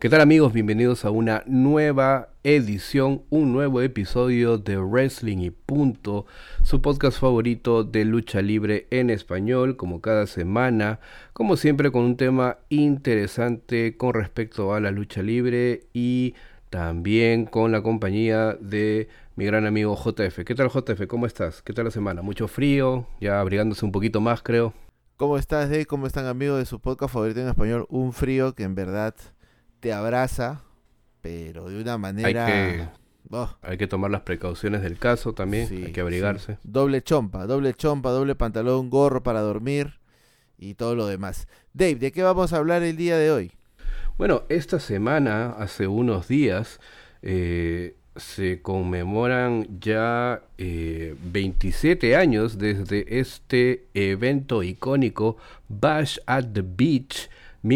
¿Qué tal amigos? Bienvenidos a una nueva edición, un nuevo episodio de Wrestling y Punto, su podcast favorito de lucha libre en español, como cada semana, como siempre con un tema interesante con respecto a la lucha libre y también con la compañía de mi gran amigo JF. ¿Qué tal JF? ¿Cómo estás? ¿Qué tal la semana? ¿Mucho frío? Ya abrigándose un poquito más, creo. ¿Cómo estás, Dave? ¿Cómo están, amigos de su podcast favorito en español? Un frío que en verdad te abraza, pero de una Hay que, manera... Oh, hay que tomar las precauciones del caso también, hay que sí, sí. abrigarse. Doble chompa, doble pantalón, gorro para dormir y todo lo demás. Dave, ¿de qué vamos a hablar el día de hoy? Bueno, esta semana, hace unos días, se conmemoran ya 27 años desde este evento icónico Bash at the Beach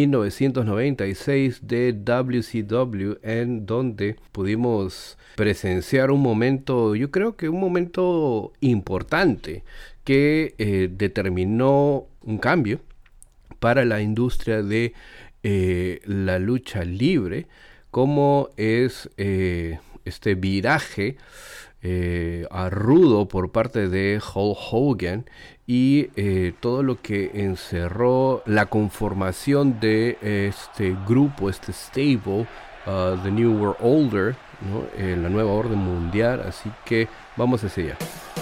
1996 de WCW, en donde pudimos presenciar un momento, yo creo que un momento importante que determinó un cambio para la industria de la lucha libre, como es este viraje a rudo por parte de Hulk Hogan y todo lo que encerró la conformación de este grupo, este stable, The New World Order, ¿no? La nueva orden mundial, así que vamos hacia allá.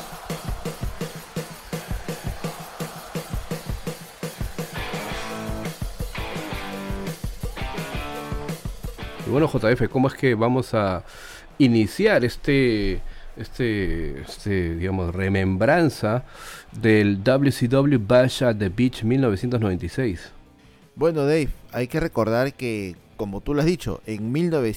Y bueno, JF, ¿cómo es que vamos a iniciar digamos, remembranza del WCW Bash at the Beach 1996? Bueno, Dave, hay que recordar que, como tú lo has dicho, en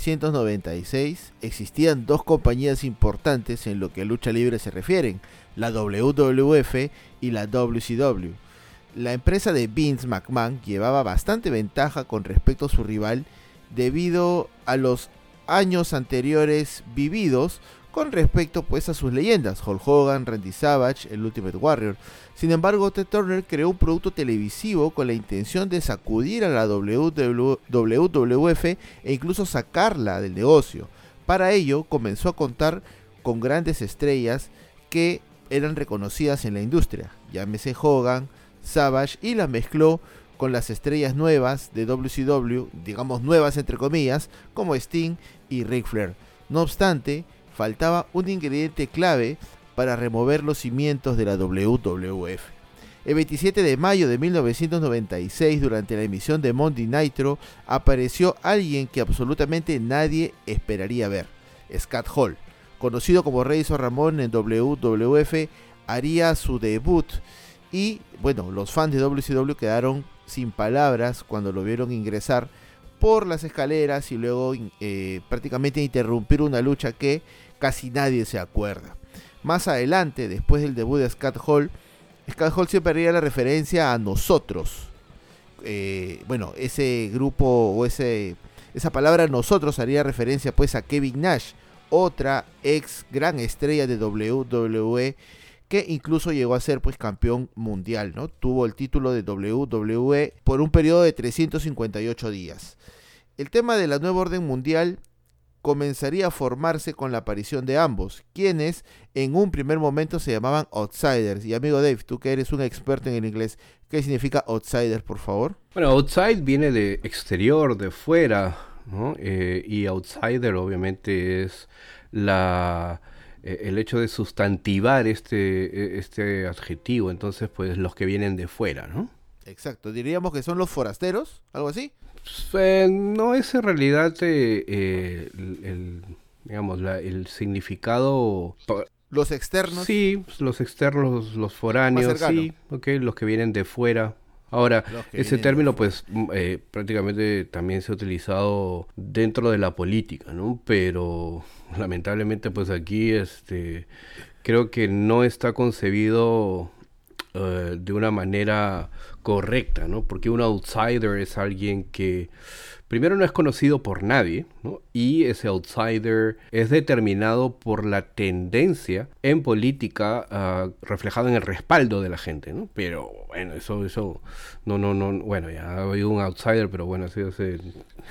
1996 existían dos compañías importantes en lo que a lucha libre se refieren, la WWF y la WCW. La empresa de Vince McMahon llevaba bastante ventaja con respecto a su rival debido a los años anteriores vividos con respecto pues a sus leyendas, Hulk Hogan, Randy Savage, el Ultimate Warrior. Sin embargo, Ted Turner creó un producto televisivo con la intención de sacudir a la WWF e incluso sacarla del negocio. Para ello comenzó a contar con grandes estrellas que eran reconocidas en la industria, llámese Hogan, Savage, y las mezcló con las estrellas nuevas de WCW, digamos nuevas entre comillas, como Sting y Ric Flair. No obstante, faltaba un ingrediente clave para remover los cimientos de la WWF. El 27 de mayo de 1996, durante la emisión de Monday Nitro, apareció alguien que absolutamente nadie esperaría ver, Scott Hall. Conocido como Razor Ramón en WWF, haría su debut y, bueno, los fans de WCW quedaron sin palabras cuando lo vieron ingresar por las escaleras y luego prácticamente interrumpir una lucha que casi nadie se acuerda. Más adelante, después del debut de Scott Hall siempre haría la referencia a nosotros. Bueno, ese grupo o esa palabra nosotros haría referencia pues a Kevin Nash, otra ex gran estrella de WWE, que incluso llegó a ser pues campeón mundial, ¿no? Tuvo el título de WWE por un periodo de 358 días. El tema de la nueva orden mundial comenzaría a formarse con la aparición de ambos, quienes en un primer momento se llamaban Outsiders. Y amigo Dave, tú que eres un experto en el inglés, ¿qué significa Outsider, por favor? Bueno, outside viene de exterior, de fuera, ¿no? Y outsider obviamente es el hecho de sustantivar este adjetivo, entonces pues los que vienen de fuera, ¿no? Exacto, diríamos que son los forasteros, algo así. No es en realidad digamos, el significado. Los externos, Sí, pues, los externos, los más foráneos, cercano, sí, ok, los que vienen de fuera. Ahora, los que ese vienen de término fuera. pues prácticamente también se ha utilizado dentro de la política, ¿no? Pero lamentablemente pues aquí creo que no está concebido de una manera correcta, ¿no? Porque un outsider es alguien que primero no es conocido por nadie, ¿no? Y ese outsider es determinado por la tendencia en política reflejada en el respaldo de la gente, ¿no? Pero bueno, eso, no, bueno, ya ha habido un outsider, pero bueno, ha sido hace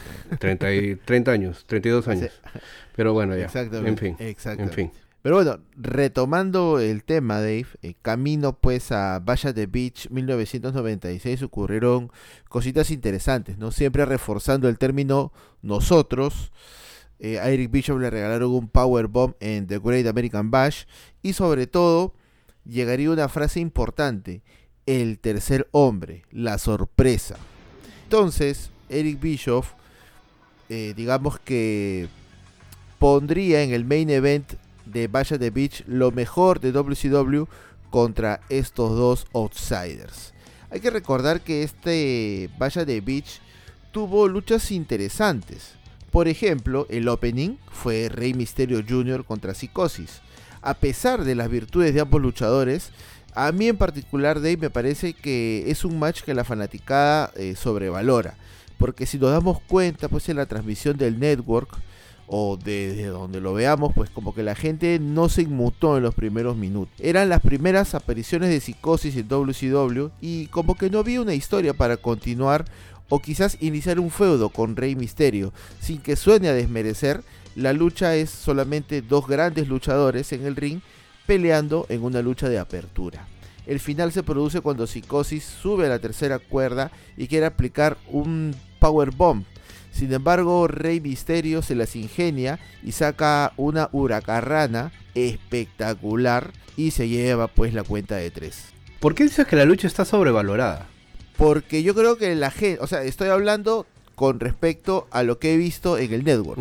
30 años, 32 años. Pero bueno, ya, exactamente, en fin. Pero bueno, retomando el tema, Dave, camino pues a Bash at the Beach 1996 ocurrieron cositas interesantes, ¿no? Siempre reforzando el término nosotros. A Eric Bischoff le regalaron un powerbomb en The Great American Bash y sobre todo llegaría una frase importante: el tercer hombre, la sorpresa. Entonces, Eric Bischoff, digamos que pondría en el main event de Bash at the Beach lo mejor de WCW contra estos dos outsiders. Hay que recordar que este Bash at the Beach tuvo luchas interesantes. Por ejemplo, el opening fue Rey Mysterio Jr. contra Psicosis. A pesar de las virtudes de ambos luchadores, a mí en particular, Dave, me parece que es un match que la fanaticada sobrevalora. Porque si nos damos cuenta, pues en la transmisión del network, o desde donde lo veamos, pues como que la gente no se inmutó en los primeros minutos. Eran las primeras apariciones de Psicosis en WCW y como que no había una historia para continuar o quizás iniciar un feudo con Rey Mysterio. Sin que suene a desmerecer, la lucha es solamente dos grandes luchadores en el ring peleando en una lucha de apertura. El final se produce cuando Psicosis sube a la tercera cuerda y quiere aplicar un powerbomb. Sin embargo, Rey Mysterio se las ingenia y saca una huracarrana espectacular y se lleva pues la cuenta de 3. ¿Por qué dices que la lucha está sobrevalorada? Porque yo creo que la gente, o sea, estoy hablando con respecto a lo que he visto en el network.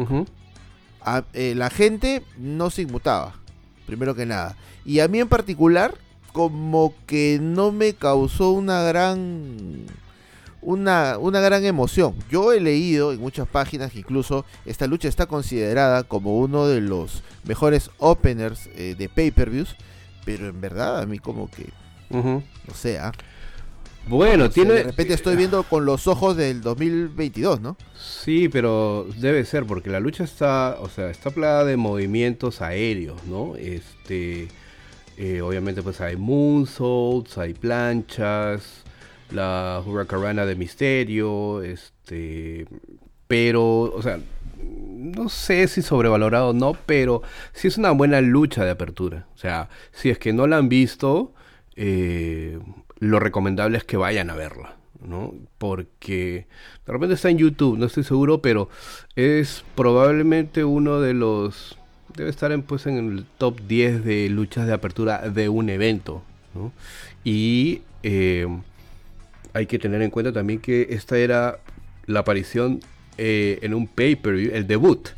La gente no se inmutaba, primero que nada. Y a mí en particular, como que no me causó una gran emoción. Yo he leído en muchas páginas que incluso esta lucha está considerada como uno de los mejores openers de pay-per-views, pero en verdad a mí como que no sé, bueno, no sé, de repente estoy viendo con los ojos del 2022, ¿no? Sí, pero debe ser porque la lucha está, o sea, está plagada de movimientos aéreos, ¿no? Obviamente pues hay moonsaults, hay planchas, la huracarana de Misterio, pero, o sea, no sé si sobrevalorado o no, pero sí es una buena lucha de apertura. O sea, si es que no la han visto, lo recomendable es que vayan a verla, ¿no? Porque de repente está en YouTube, no estoy seguro, pero es probablemente uno de los... Debe estar en el top 10 de luchas de apertura de un evento, ¿no? Y hay que tener en cuenta también que esta era la aparición en un pay-per-view, el debut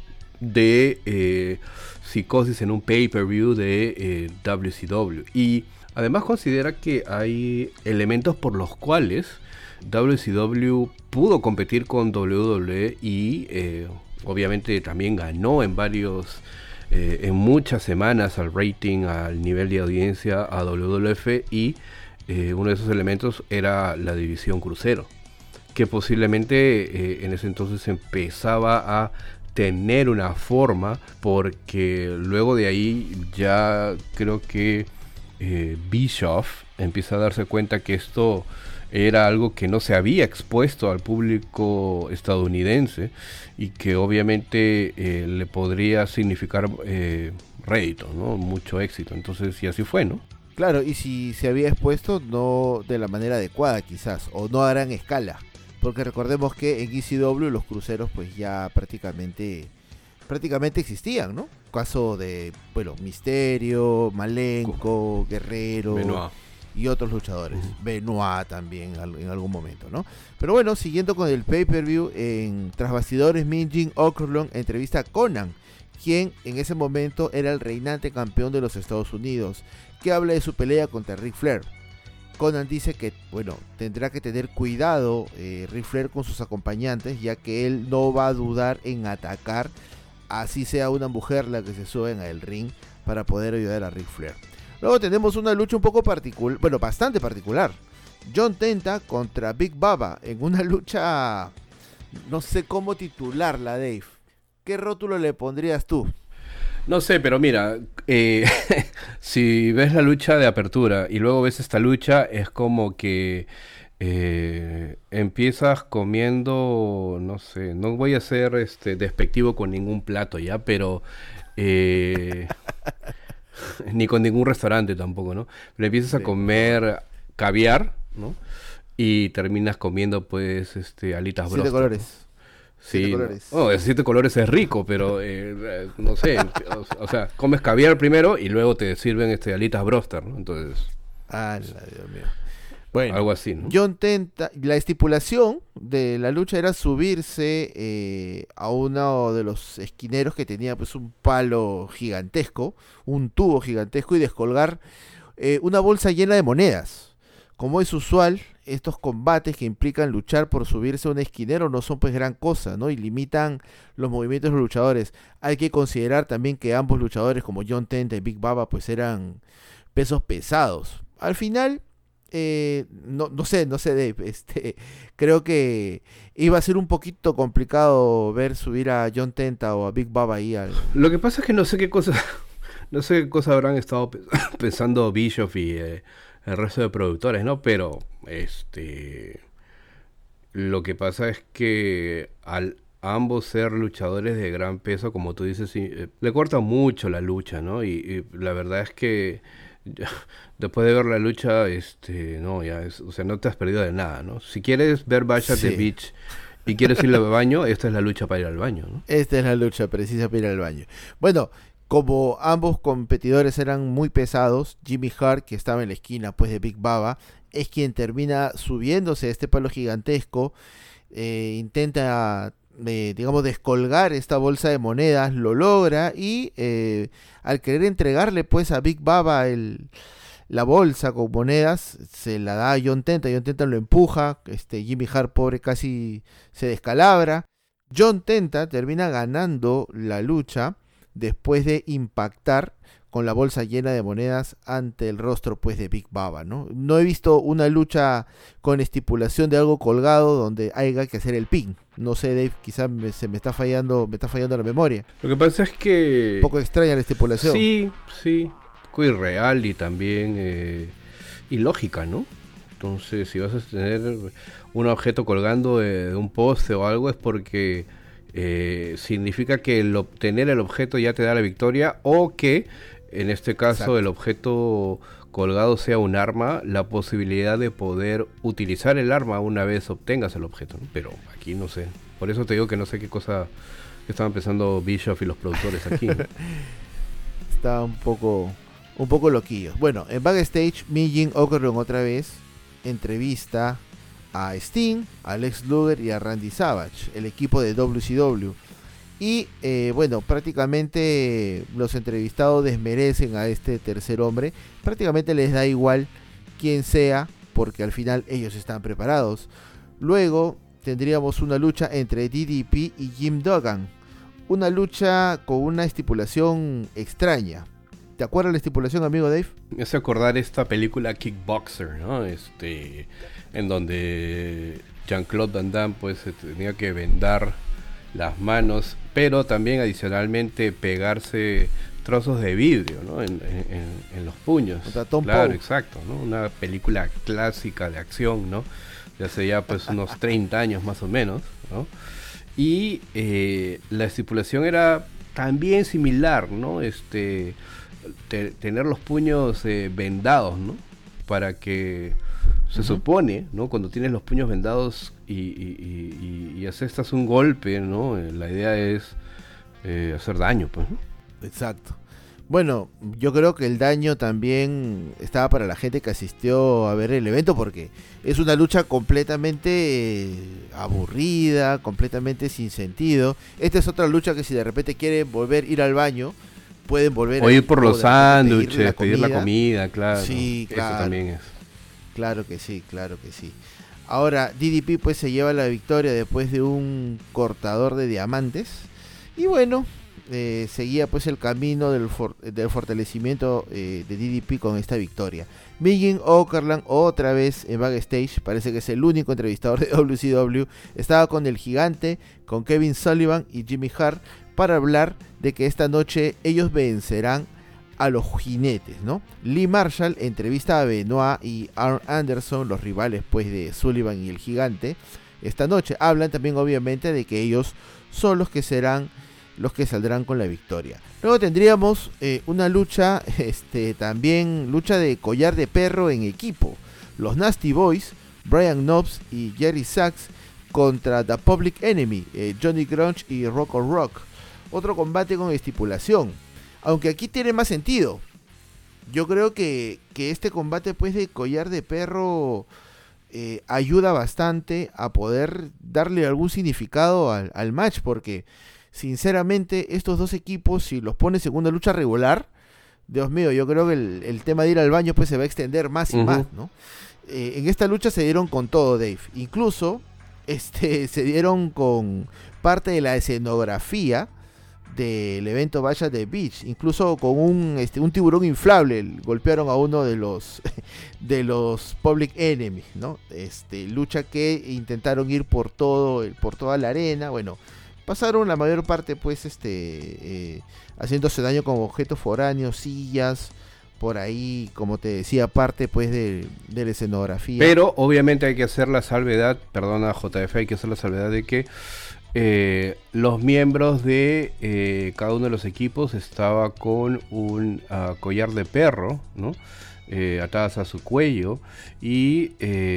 de Psicosis en un pay-per-view de WCW. Y además considera que hay elementos por los cuales WCW pudo competir con WWE y obviamente también ganó en muchas semanas al rating, al nivel de audiencia a WWF, y uno de esos elementos era la división crucero, que posiblemente en ese entonces empezaba a tener una forma, porque luego de ahí ya creo que Bischoff empieza a darse cuenta que esto era algo que no se había expuesto al público estadounidense y que obviamente le podría significar rédito, ¿no? Mucho éxito. Entonces, y así fue, ¿no? Claro, y si se había expuesto no de la manera adecuada quizás, o no a gran escala, porque recordemos que en ECW los cruceros pues ya prácticamente existían, ¿no? Caso de, bueno, Mysterio, Malenko, Guerrero, Benoit y otros luchadores, Benoit también en algún momento, ¿no? Pero bueno, siguiendo con el pay-per-view, tras bastidores, Min-Jin Okerlund entrevista a Conan, quien en ese momento era el reinante campeón de los Estados Unidos, que habla de su pelea contra Ric Flair. Conan dice que, bueno, tendrá que tener cuidado Ric Flair con sus acompañantes, ya que él no va a dudar en atacar, así sea una mujer la que se sube al ring para poder ayudar a Ric Flair. Luego tenemos una lucha un poco particular, bueno, bastante particular. John Tenta contra Big Baba en una lucha No sé cómo titularla, Dave. ¿Qué rótulo le pondrías tú? No sé, pero mira, si ves la lucha de apertura y luego ves esta lucha, es como que empiezas comiendo, no sé, no voy a ser despectivo con ningún plato ya, pero eh, ni con ningún restaurante tampoco, ¿no? Pero empiezas a Sí, por favor. comer caviar, ¿no? Y terminas comiendo pues alitas Siete broster, ¿no? colores. Siete Sí, no. colores. Oh, de siete colores es rico, pero no sé, o sea, comes caviar primero y luego te sirven alitas broster, ¿no? Entonces, Ah, Dios mío. Bueno, algo así, ¿no? John Tenta, la estipulación de la lucha era subirse a uno de los esquineros que tenía pues un palo gigantesco, un tubo gigantesco y descolgar una bolsa llena de monedas. Como es usual, estos combates que implican luchar por subirse a un esquinero no son pues gran cosa, ¿no? Y limitan los movimientos de los luchadores. Hay que considerar también que ambos luchadores como John Tenta y Big Baba pues eran pesos pesados. Al final, no sé, Dave, creo que iba a ser un poquito complicado ver subir a John Tenta o a Big Baba ahí al... Lo que pasa es que no sé qué cosa, no sé qué cosa habrán estado pensando Bischoff y el resto de productores, ¿no? Pero, lo que pasa es que al ambos ser luchadores de gran peso, como tú dices, sí, le corta mucho la lucha, ¿no? Y la verdad es que ya, después de ver la lucha, no, ya es, o sea, no te has perdido de nada, ¿no? Si quieres ver Bash at the Sí, Beach y quieres ir al baño, esta es la lucha para ir al baño, ¿no? esta es la lucha precisa para ir al baño. Bueno, como ambos competidores eran muy pesados, Jimmy Hart, que estaba en la esquina pues de Big Baba, es quien termina subiéndose a este palo gigantesco, intenta, digamos, descolgar esta bolsa de monedas, lo logra y al querer entregarle pues a Big Baba la bolsa con monedas, se la da a John Tenta lo empuja, Jimmy Hart pobre casi se descalabra. John Tenta termina ganando la lucha después de impactar con la bolsa llena de monedas ante el rostro pues de Big Baba, ¿no? No he visto una lucha con estipulación de algo colgado donde haya que hacer el pin. No sé, Dave, quizás se me está fallando la memoria. Lo que pasa es Un que poco extraña la estipulación. sí, sí, un poco irreal y también ilógica, ¿no? Entonces, si vas a tener un objeto colgando de un poste o algo es porque significa que el obtener el objeto ya te da la victoria o que en este caso el Exacto. objeto colgado sea un arma, la posibilidad de poder utilizar el arma una vez obtengas el objeto, ¿no? Pero aquí no sé. Por eso te digo que no sé qué cosa que estaban pensando Bischoff y los productores aquí, ¿no? Está un poco loquillo. Bueno, en backstage, Mijin Okerlund otra vez entrevista a Sting, a Lex Luger y a Randy Savage, el equipo de WCW. Y bueno, prácticamente los entrevistados desmerecen a este tercer hombre. Prácticamente les da igual quién sea, porque al final ellos están preparados. Luego tendríamos una lucha entre DDP y Jim Duggan. Una lucha con una estipulación extraña. ¿Te acuerdas la estipulación, amigo Dave? Me hace acordar esta película Kickboxer, ¿no? En donde Jean-Claude Van Damme pues se tenía que vendar las manos, pero también adicionalmente pegarse trozos de vidrio, ¿no? En los puños. Contra Tom Claro, Poe. exacto, ¿no? Una película clásica de acción, ¿no? De hace ya pues unos 30 años más o menos, ¿no? Y la estipulación era también similar, ¿no? Tener los puños vendados, ¿no? Para que se Ujú. supone, ¿no? Cuando tienes los puños vendados y asestas un golpe, ¿no? La idea es hacer daño, pues, ¿no? Exacto. Bueno, yo creo que el daño también estaba para la gente que asistió a ver el evento porque es una lucha completamente aburrida, completamente sin sentido. Esta es otra lucha que si de repente quieren volver a ir al baño, pueden volver O ir ahí por o los de repente pedir sándwiches, pedir la comida, claro. Sí, Eso claro, también es. claro que sí, claro que sí. Ahora DDP pues se lleva la victoria después de un cortador de diamantes. Y bueno, seguía pues el camino del fortalecimiento de DDP con esta victoria. Mingin Okerlund otra vez en backstage, parece que es el único entrevistador de WCW, estaba con el Gigante, con Kevin Sullivan y Jimmy Hart para hablar de que esta noche ellos vencerán a los jinetes, ¿no? Lee Marshall entrevista a Benoit y Arn Anderson, los rivales pues de Sullivan y el Gigante. Esta noche hablan también obviamente de que ellos son los que serán los que saldrán con la victoria. Luego tendríamos una lucha, también lucha de collar de perro en equipo. Los Nasty Boys, Brian Knobbs y Jerry Sachs contra The Public Enemy, Johnny Grunge y Rocco Rock. Otro combate con estipulación, aunque aquí tiene más sentido. Yo creo que este combate pues de collar de perro ayuda bastante a poder darle algún significado al match, porque sinceramente estos dos equipos, si los pones en una lucha regular, Dios mío, yo creo que el tema de ir al baño pues se va a extender más y más, ¿no? En esta lucha se dieron con todo, Dave. Incluso se dieron con parte de la escenografía del evento Bash at the Beach, incluso con un tiburón inflable golpearon a uno de los Public Enemies, ¿no? Lucha que intentaron ir por toda la arena. Bueno, pasaron la mayor parte pues haciéndose daño con objetos foráneos, sillas, por ahí, como te decía, parte pues de la escenografía. Pero obviamente hay que hacer la salvedad, perdona JF, hay que hacer la salvedad de que los miembros de cada uno de los equipos estaba con un collar de perro, ¿no? Atadas a su cuello y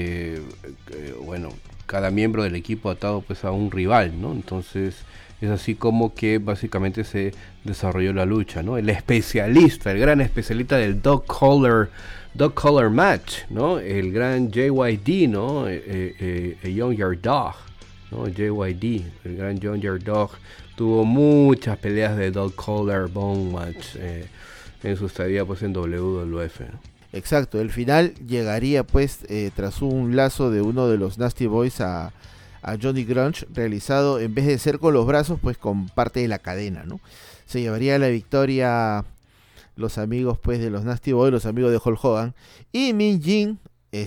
bueno, cada miembro del equipo atado pues a un rival, ¿no? Entonces es así como que básicamente se desarrolló la lucha, ¿no? El especialista, el gran especialista del dog collar match, ¿no? El gran JYD, ¿no? Young Yard Dog, ¿no? JYD, el gran Young Yard Dog, tuvo muchas peleas de dog collar bone match en su estadía pues en WWF, ¿no? Exacto, el final llegaría pues tras un lazo de uno de los Nasty Boys a Johnny Grunge, realizado en vez de ser con los brazos pues con parte de la cadena, ¿no? Se llevaría la victoria los amigos pues de los Nasty Boys, los amigos de Hulk Hogan, y Min Jin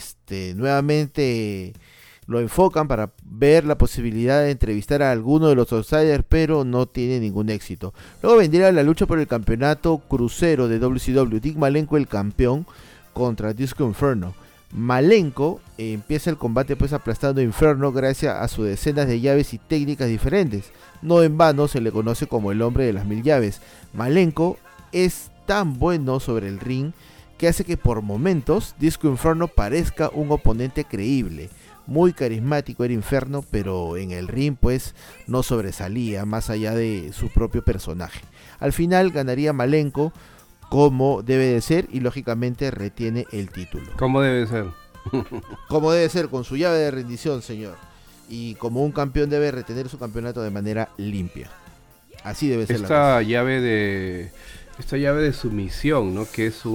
nuevamente lo enfocan para ver la posibilidad de entrevistar a alguno de los outsiders, pero no tiene ningún éxito. Luego vendría la lucha por el campeonato crucero de WCW, Dick Malenko el campeón contra Disco Inferno. Malenko empieza el combate pues aplastando a Inferno gracias a sus decenas de llaves y técnicas diferentes. No en vano se le conoce como el hombre de las 1000 llaves. Malenko es tan bueno sobre el ring que hace que por momentos Disco Inferno parezca un oponente creíble. Muy carismático era Inferno, pero en el ring pues no sobresalía más allá de su propio personaje. Al final ganaría Malenko como debe de ser y lógicamente retiene el título. ¿Cómo debe ser? Como debe ser, con su llave de rendición, señor. Y como un campeón debe retener su campeonato de manera limpia. Así debe ser. Esta llave de sumisión, ¿no? Que es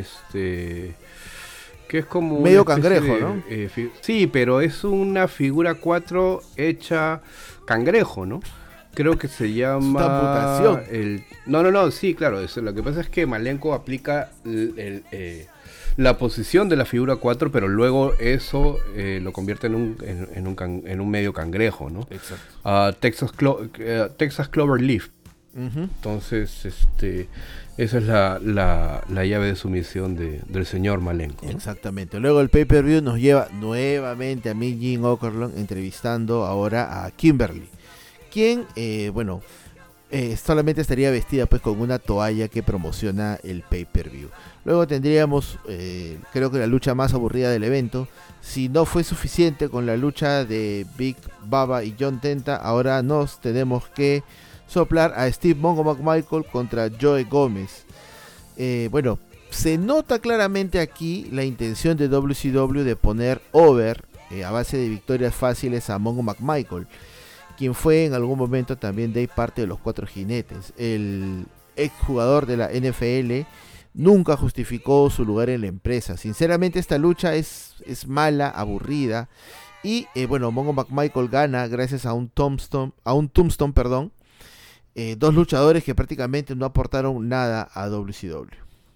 que es como medio cangrejo, ¿no? Sí, pero es una figura 4 hecha cangrejo, ¿no? Creo que se llama No, sí, claro, lo que pasa es que Malenko aplica la posición de la figura 4, pero luego eso lo convierte en un medio cangrejo, ¿no? Exacto. Texas Cloverleaf. Entonces, esa es la llave de sumisión del señor Malenko, ¿no? Exactamente. Luego el pay-per-view nos lleva nuevamente a Ming Okerlund entrevistando ahora a Kimberly, quien, solamente estaría vestida pues con una toalla que promociona el pay-per-view. Luego tendríamos, creo que la lucha más aburrida del evento. Si no fue suficiente con la lucha de Big Baba y John Tenta, ahora nos tenemos que soplar a Steve Mongo McMichael contra Joe Gómez. Se nota claramente aquí la intención de WCW de poner over a base de victorias fáciles a Mongo McMichael, quien fue en algún momento también de parte de los Cuatro Jinetes. El exjugador de la NFL nunca justificó su lugar en la empresa. Sinceramente esta lucha es mala, aburrida, y Mongo McMichael gana gracias a un tombstone, dos luchadores que prácticamente no aportaron nada a WCW.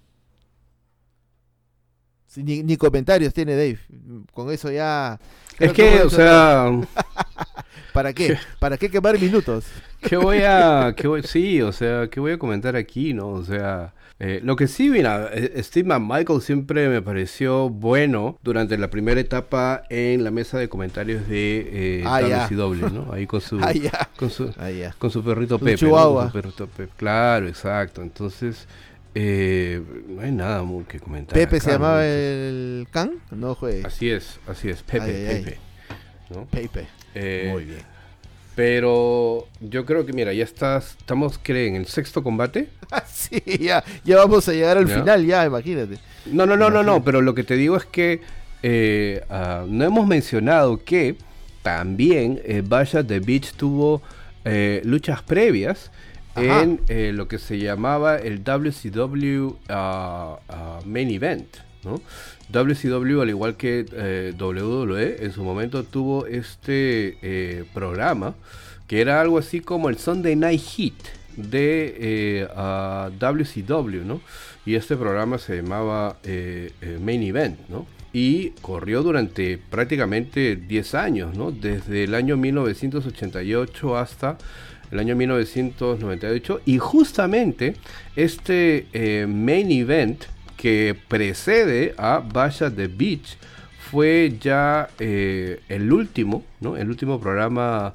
Sí, ni comentarios tiene Dave. Con eso ya... Es que, o sea... ¿Para qué? ¿Para qué quemar minutos? Sí, o sea, ¿qué voy a comentar aquí, no? O sea, lo que sí, mira, Steve McMichael siempre me pareció bueno durante la primera etapa en la mesa de comentarios de WCW, ¿no? Ahí con su, con su perrito Su Pepe, chihuahua. ¿no? Con su perrito Pepe. Claro, exacto. Entonces, no hay nada muy que comentar. Pepe acá, se llamaba ¿no? el Can, no juegue. Así es, Pepe, Ay. Pepe, ¿no? Pepe. Muy bien. Pero yo creo que, mira, estamos, ¿qué? ¿En el sexto combate? Sí, ya vamos a llegar al ¿Ya? final, ya, imagínate. No, pero lo que te digo es que no hemos mencionado que también Bash at the Beach tuvo luchas previas. Ajá. En lo que se llamaba el WCW Main Event, ¿no? WCW, al igual que WWE, en su momento tuvo este programa que era algo así como el Sunday Night Heat de WCW, ¿no? Y este programa se llamaba Main Event, ¿no? Y corrió durante prácticamente 10 años, ¿no? Desde el año 1988 hasta el año 1998. Y justamente este Main Event que precede a Bash at the Beach fue ya el último, ¿no? El último programa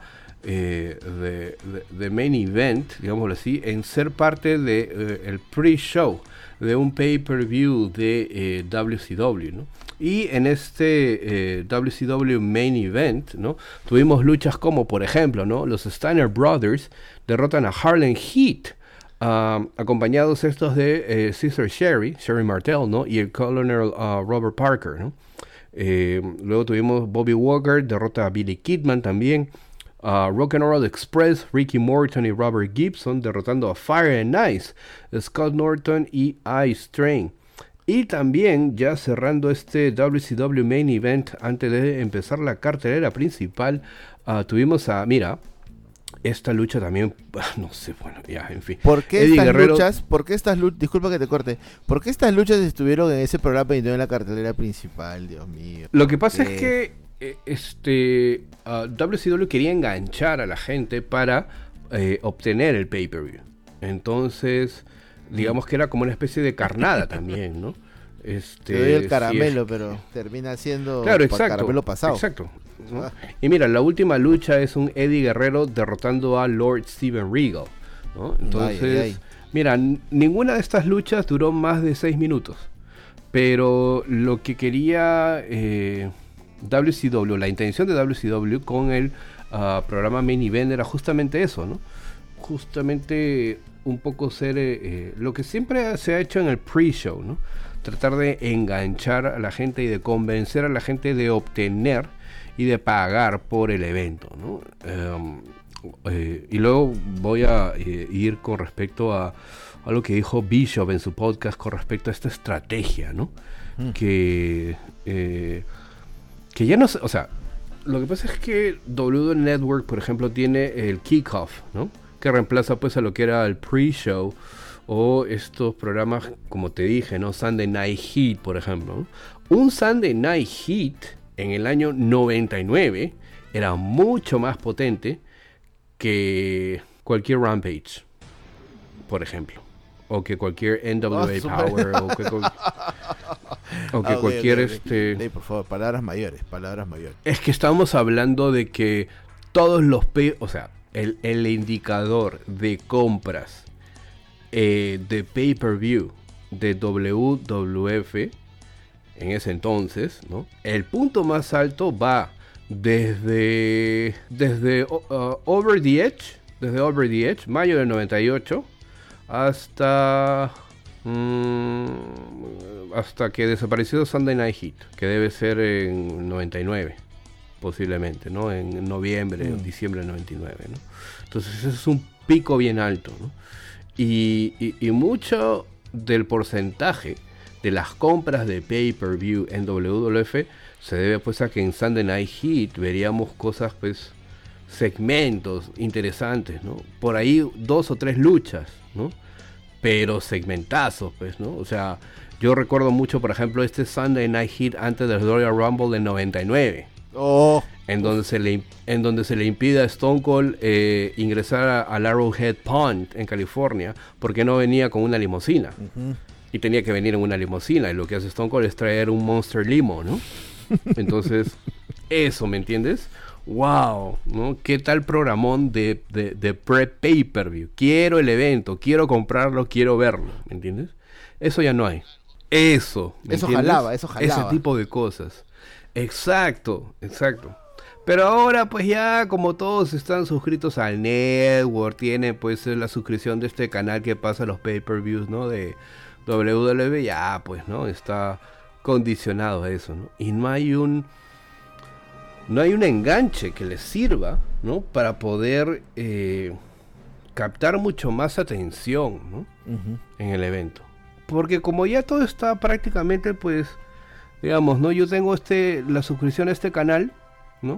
de Main Event, digámoslo así, en ser parte de el pre-show de un pay-per-view de WCW, ¿no? Y en este WCW Main Event, ¿no? Tuvimos luchas como, por ejemplo, ¿no? Los Steiner Brothers derrotan a Harlem Heat, acompañados estos de Cesar Sherry Martel, ¿no? Y el Colonel Robert Parker, ¿no? Luego tuvimos Bobby Walker, derrota a Billy Kidman también. Rock and Roll Express, Ricky Morton y Robert Gibson derrotando a Fire and Ice, Scott Norton y Ice Train. Y también, ya cerrando este WCW Main Event, antes de empezar la cartelera principal, tuvimos mira, esta lucha también, no sé, bueno, ya, en fin. ¿Por qué Eddie estas Guerrero, luchas, disculpa que te corte, por qué estas luchas estuvieron en ese programa y no en la cartelera principal, Dios mío? Lo que pasa es que WCW quería enganchar a la gente para obtener el pay-per-view. Entonces, digamos que era como una especie de carnada también, ¿no? Te doy el caramelo, sí, pero termina siendo claro, exacto, caramelo pasado. Exacto, ¿no? Y mira, la última lucha es un Eddie Guerrero derrotando a Lord Steven Regal, ¿no? Entonces, mira, ninguna de estas luchas duró más de 6 minutos. Pero lo que quería WCW, la intención de WCW con el programa Main Event era justamente eso, ¿no? Justamente un poco ser lo que siempre se ha hecho en el pre-show, ¿no? Tratar de enganchar a la gente y de convencer a la gente de obtener y de pagar por el evento, ¿no? Y luego voy a ir con respecto a lo que dijo Bishop en su podcast con respecto a esta estrategia, ¿no? Que ya no sé, o sea, lo que pasa es que WWE Network, por ejemplo, tiene el Kickoff, ¿no? Que reemplaza pues a lo que era el pre-show o estos programas, como te dije, ¿no? Sunday Night Heat, por ejemplo, ¿no? Un Sunday Night Heat en el año 99 era mucho más potente que cualquier Rampage, por ejemplo, o que cualquier NWA Power, o que cualquier okay. Por favor, palabras mayores. Es que estamos hablando de que todos los o sea, el indicador de compras de pay-per-view de WWF en ese entonces, ¿no? El punto más alto va desde Over the Edge, mayo del 98, hasta que desapareció Sunday Night Heat, que debe ser en 99, posiblemente, ¿no? En noviembre o diciembre del 99, ¿no? Entonces ese es un pico bien alto, ¿no? Y mucho del porcentaje de las compras de pay-per-view en WWF se debe pues a que en Sunday Night Heat veríamos cosas pues segmentos interesantes, ¿no? Por ahí 2 o 3 luchas, ¿no? Pero segmentazos, pues, ¿no? O sea, yo recuerdo mucho, por ejemplo, este Sunday Night Heat antes del Royal Rumble del 99. Oh, En donde se le impide a Stone Cold ingresar al Arrowhead Pond en California porque no venía con una limusina. Y tenía que venir en una limusina. Y lo que hace Stone Cold es traer un Monster Limo, ¿no? Entonces, eso, ¿me entiendes? ¡Wow! ¿No? ¿Qué tal programón de pre-pay-per-view? Quiero el evento, quiero comprarlo, quiero verlo, ¿me entiendes? Eso ya no hay. Eso, ¿me entiendes? Eso jalaba. Ese tipo de cosas. Exacto, exacto. Pero ahora pues ya como todos están suscritos al network, tienen pues la suscripción de este canal que pasa los pay-per-views, ¿no? De WWE, ya pues, ¿no? Está condicionado a eso, ¿no? Y no hay un enganche que les sirva, ¿no? Para poder captar mucho más atención, ¿no? En el evento. Porque como ya todo está prácticamente pues, digamos, ¿no? Yo tengo la suscripción a este canal, ¿no?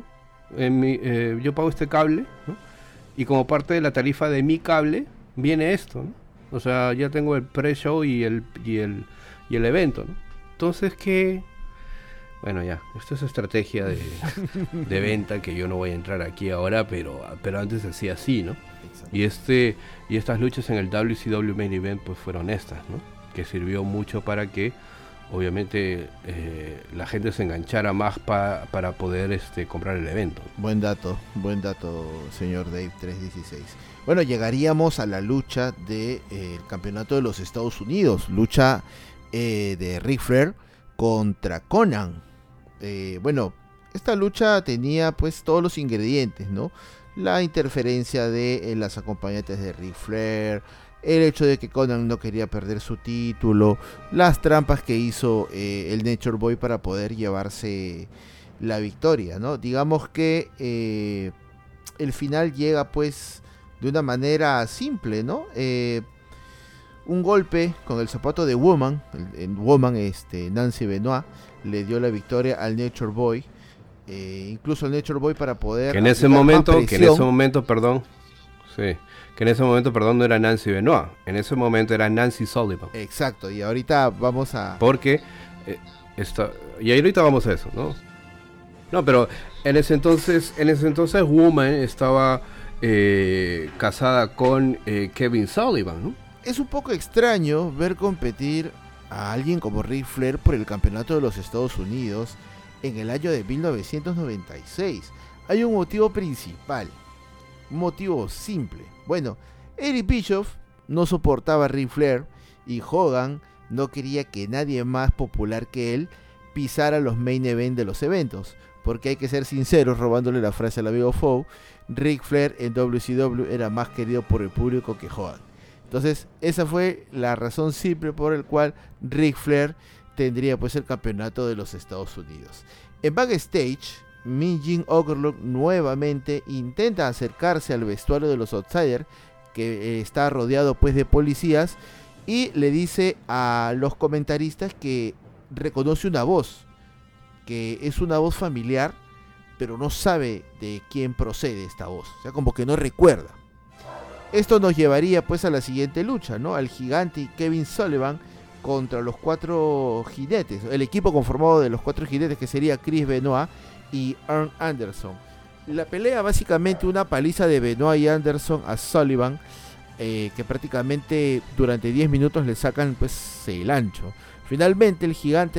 Yo pago este cable, ¿no? Y como parte de la tarifa de mi cable viene esto, ¿no? O sea, ya tengo el pre-show y el evento, ¿no? Entonces, ¿qué? Bueno, ya, esto es estrategia de venta que yo no voy a entrar aquí ahora, pero antes hacía así, ¿no? Y estas luchas en el WCW Main Event pues fueron estas, ¿no? Que sirvió mucho para que obviamente la gente se enganchara más para poder comprar el evento. Buen dato, señor Dave 316. Bueno, llegaríamos a la lucha del campeonato de los Estados Unidos, lucha de Ric Flair contra Conan. Bueno, esta lucha tenía pues todos los ingredientes, ¿no? La interferencia de las acompañantes de Ric Flair, el hecho de que Conan no quería perder su título, las trampas que hizo el Nature Boy para poder llevarse la victoria, ¿no? Digamos que el final llega pues de una manera simple, ¿no? Un golpe con el zapato de Woman, Nancy Benoit, le dio la victoria al Nature Boy. Incluso el Nature Boy para poder... Que en ese momento, perdón, no era Nancy Benoit, en ese momento era Nancy Sullivan. Exacto, y ahorita vamos a... Porque, y ahorita vamos a eso, ¿no? No, pero en ese entonces Woman estaba casada con Kevin Sullivan, ¿no? Es un poco extraño ver competir a alguien como Ric Flair por el campeonato de los Estados Unidos en el año de 1996. Hay un motivo principal, un motivo simple. Bueno, Eric Bischoff no soportaba a Ric Flair y Hogan no quería que nadie más popular que él pisara los main event de los eventos. Porque hay que ser sinceros, robándole la frase al amigo Foe, Ric Flair en WCW era más querido por el público que Hogan. Entonces, esa fue la razón simple por la cual Ric Flair tendría pues el campeonato de los Estados Unidos. En backstage, Mean Gene Okerlund nuevamente intenta acercarse al vestuario de los Outsiders, que está rodeado pues de policías, y le dice a los comentaristas que reconoce una voz, que es una voz familiar, pero no sabe de quién procede esta voz, o sea, como que no recuerda. Esto nos llevaría pues a la siguiente lucha, ¿no? Al gigante Kevin Sullivan contra los 4 jinetes, el equipo conformado de los 4 jinetes, que sería Chris Benoit y Arn Anderson. La pelea básicamente una paliza de Benoit y Anderson a Sullivan, que prácticamente durante 10 minutos le sacan pues el ancho. Finalmente el gigante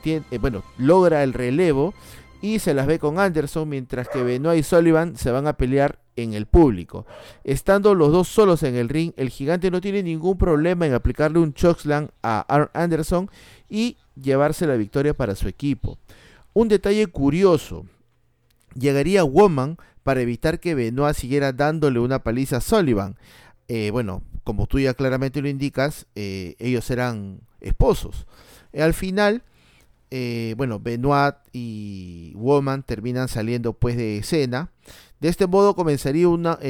logra el relevo y se las ve con Anderson, mientras que Benoit y Sullivan se van a pelear en el público. Estando los dos solos en el ring, el gigante no tiene ningún problema en aplicarle un chokeslam a Arn Anderson y llevarse la victoria para su equipo. Un detalle curioso, llegaría Woman para evitar que Benoit siguiera dándole una paliza a Sullivan. Como tú ya claramente lo indicas, ellos eran esposos. Al final, Benoit y Woman terminan saliendo pues de escena. De este modo comenzaría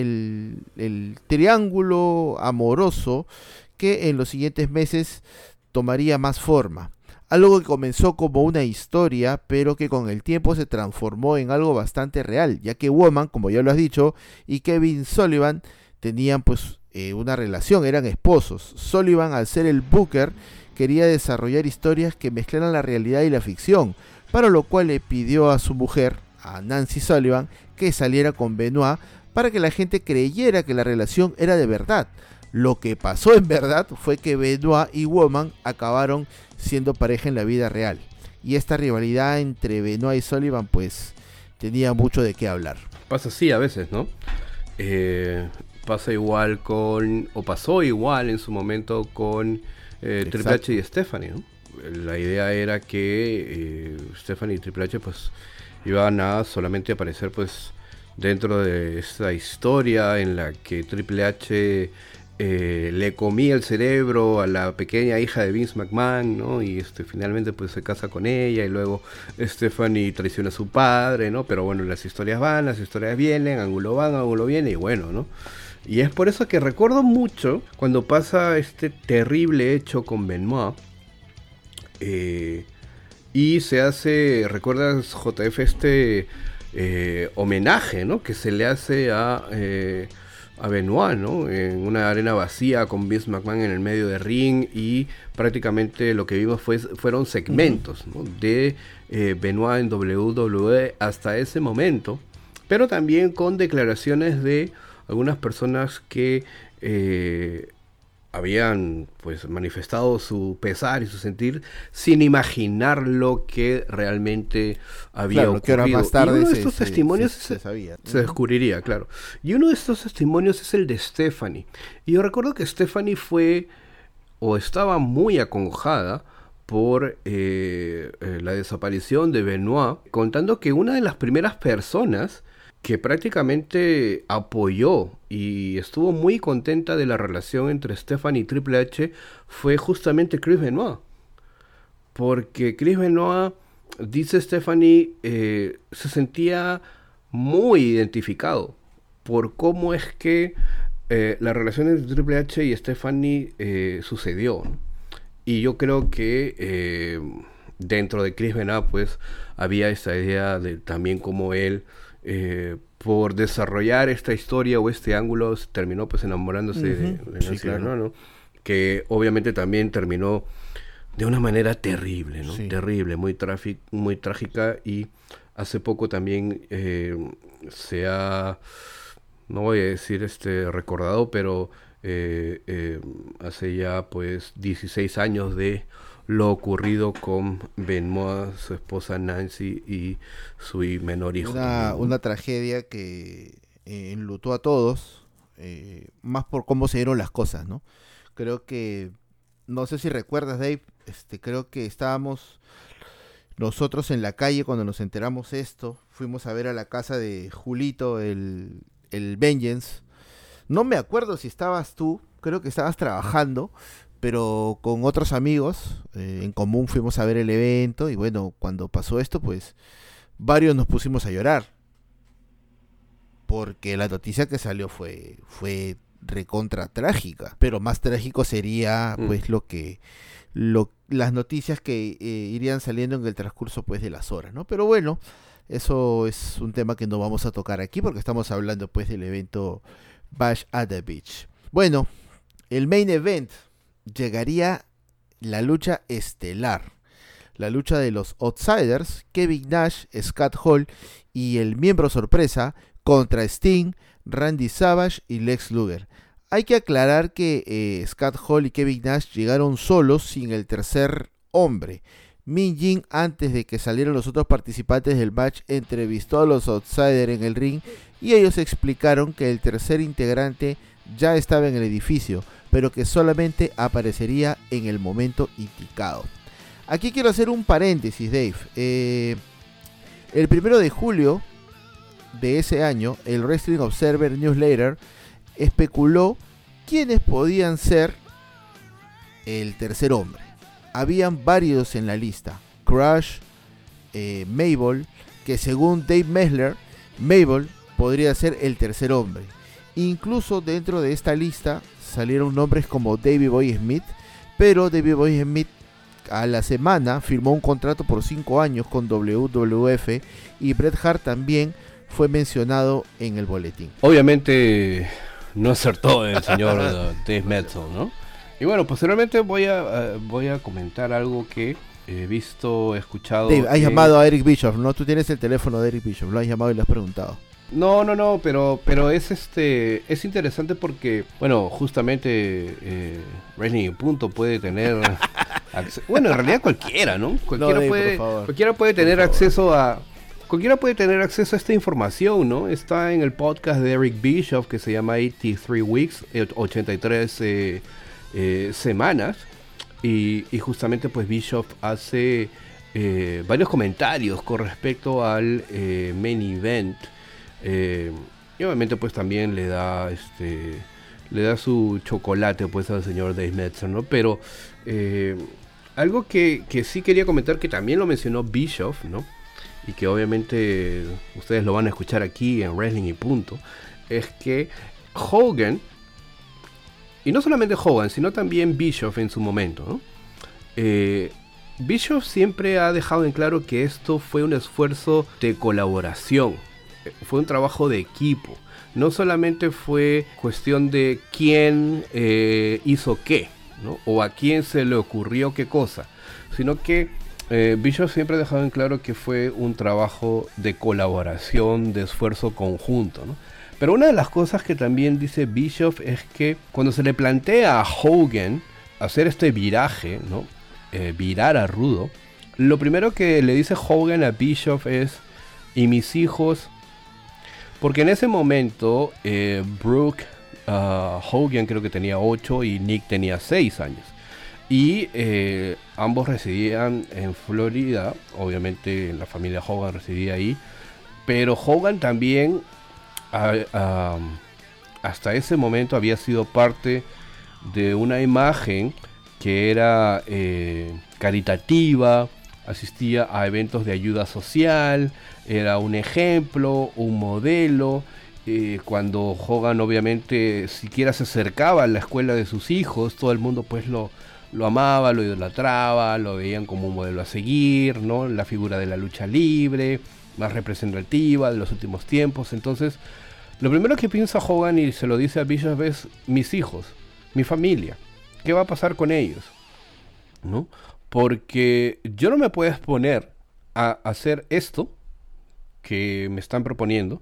el triángulo amoroso que en los siguientes meses tomaría más forma. Algo que comenzó como una historia, pero que con el tiempo se transformó en algo bastante real, ya que Woman, como ya lo has dicho, y Kevin Sullivan tenían pues una relación, eran esposos. Sullivan, al ser el booker, quería desarrollar historias que mezclaran la realidad y la ficción, para lo cual le pidió a su mujer, a Nancy Sullivan, que saliera con Benoit para que la gente creyera que la relación era de verdad. Lo que pasó en verdad fue que Benoit y Woman acabaron siendo pareja en la vida real. Y esta rivalidad entre Benoit y Sullivan pues tenía mucho de qué hablar. Pasa así a veces, ¿no? Pasa igual o pasó igual en su momento con Triple H y Stephanie, ¿no? La idea era que Stephanie y Triple H pues iban a solamente aparecer pues dentro de esta historia en la que Triple H le comía el cerebro a la pequeña hija de Vince McMahon, ¿no? Y finalmente pues se casa con ella y luego Stephanie traiciona a su padre, ¿no? Pero bueno, las historias van, las historias vienen, ángulo van, ángulo viene y bueno, ¿no? Y es por eso que recuerdo mucho cuando pasa este terrible hecho con Benoit y se hace, ¿recuerdas, JF, homenaje, ¿no? Que se le hace a Benoit, ¿no? En una arena vacía con Vince McMahon en el medio del ring y prácticamente lo que vimos fueron segmentos, ¿no? De Benoit en WWE hasta ese momento, pero también con declaraciones de algunas personas que habían pues manifestado su pesar y su sentir sin imaginar lo que realmente había ocurrido. Que ahora más tarde y uno de estos testimonios se sabía, ¿no? Se descubriría, claro. Y uno de estos testimonios es el de Stephanie. Y yo recuerdo que Stephanie fue o estaba muy acongojada por la desaparición de Benoit, contando que una de las primeras personas que prácticamente apoyó y estuvo muy contenta de la relación entre Stephanie y Triple H fue justamente Chris Benoit. Porque Chris Benoit, dice Stephanie, se sentía muy identificado por cómo es que la relación entre Triple H y Stephanie sucedió, ¿no? Y yo creo que dentro de Chris Benoit pues había esta idea de también como él por desarrollar esta historia o este ángulo terminó pues enamorándose de Nancy, sí, claro, ¿no? Que obviamente también terminó de una manera terrible, ¿no? Sí. Terrible, muy trágica, y hace poco también se ha, no voy a decir recordado, pero hace ya pues 16 años de lo ocurrido con Benoit, su esposa Nancy y su menor hijo. Una tragedia que enlutó a todos, más por cómo se dieron las cosas, ¿no? Creo que, no sé si recuerdas, Dave, creo que estábamos nosotros en la calle cuando nos enteramos esto, fuimos a ver a la casa de Julito, el Vengeance. No me acuerdo si estabas tú, creo que estabas trabajando, pero con otros amigos en común fuimos a ver el evento y bueno, cuando pasó esto pues varios nos pusimos a llorar porque la noticia que salió fue recontra trágica, pero más trágico sería pues las noticias que irían saliendo en el transcurso pues de las horas, ¿no? Pero bueno, eso es un tema que no vamos a tocar aquí porque estamos hablando pues del evento Bash at the Beach. Bueno, el main event llegaría la lucha estelar, la lucha de los Outsiders, Kevin Nash, Scott Hall y el miembro sorpresa contra Sting, Randy Savage y Lex Luger. Hay que aclarar que Scott Hall y Kevin Nash llegaron solos sin el tercer hombre. Min Jin, antes de que salieran los otros participantes del match, entrevistó a los Outsiders en el ring y ellos explicaron que el tercer integrante ya estaba en el edificio, pero que solamente aparecería en el momento indicado. Aquí quiero hacer un paréntesis, Dave. El 1 de julio de ese año, el Wrestling Observer Newsletter especuló quiénes podían ser el tercer hombre. Habían varios en la lista. Crush, Mabel, que según Dave Messler, Mabel podría ser el tercer hombre. Incluso dentro de esta lista salieron nombres como Davey Boy Smith, pero Davey Boy Smith a la semana firmó un contrato por 5 años con WWF y Bret Hart también fue mencionado en el boletín. Obviamente no acertó el señor Dave Meltzer, ¿no? Y bueno, posteriormente voy a comentar algo que he visto, he escuchado. Dave, has llamado a Eric Bischoff, ¿no? Tú tienes el teléfono de Eric Bischoff, lo has llamado y le has preguntado. No, pero es interesante porque, bueno, justamente Wrestling en Punto puede tener bueno, en realidad cualquiera, ¿no? Cualquiera puede tener acceso a esta información, ¿no? Está en el podcast de Eric Bischoff que se llama 83 Weeks, 83 semanas, y justamente pues Bischoff hace varios comentarios con respecto al main event. Y obviamente pues también le da su chocolate pues al señor Dave Meltzer, ¿no? Pero algo que sí quería comentar, que también lo mencionó Bischoff, ¿no? Y que obviamente ustedes lo van a escuchar aquí en Wrestling y Punto, es que Hogan, y no solamente Hogan, sino también Bischoff en su momento, ¿no? Bischoff siempre ha dejado en claro que esto fue un esfuerzo de colaboración. Fue un trabajo de equipo. No solamente fue cuestión de quién hizo qué, ¿no? O a quién se le ocurrió qué cosa, sino que Bischoff siempre ha dejado en claro que fue un trabajo de colaboración, de esfuerzo conjunto, ¿no? Pero una de las cosas que también dice Bischoff es que cuando se le plantea a Hogan hacer este viraje, ¿no? Virar a rudo, lo primero que le dice Hogan a Bischoff es: y mis hijos. Porque en ese momento Brooke Hogan creo que tenía 8 y Nick tenía 6 años. Y ambos residían en Florida. Obviamente la familia Hogan residía ahí. Pero Hogan también hasta ese momento había sido parte de una imagen que era caritativa. Asistía a eventos de ayuda social, era un ejemplo, un modelo. Cuando Hogan obviamente siquiera se acercaba a la escuela de sus hijos, todo el mundo pues lo amaba, lo idolatraba, lo veían como un modelo a seguir, ¿no? La figura de la lucha libre, más representativa de los últimos tiempos. Entonces, lo primero que piensa Hogan y se lo dice a Bischoff es: mis hijos, mi familia, ¿qué va a pasar con ellos? ¿No? Porque yo no me puedo exponer a hacer esto que me están proponiendo,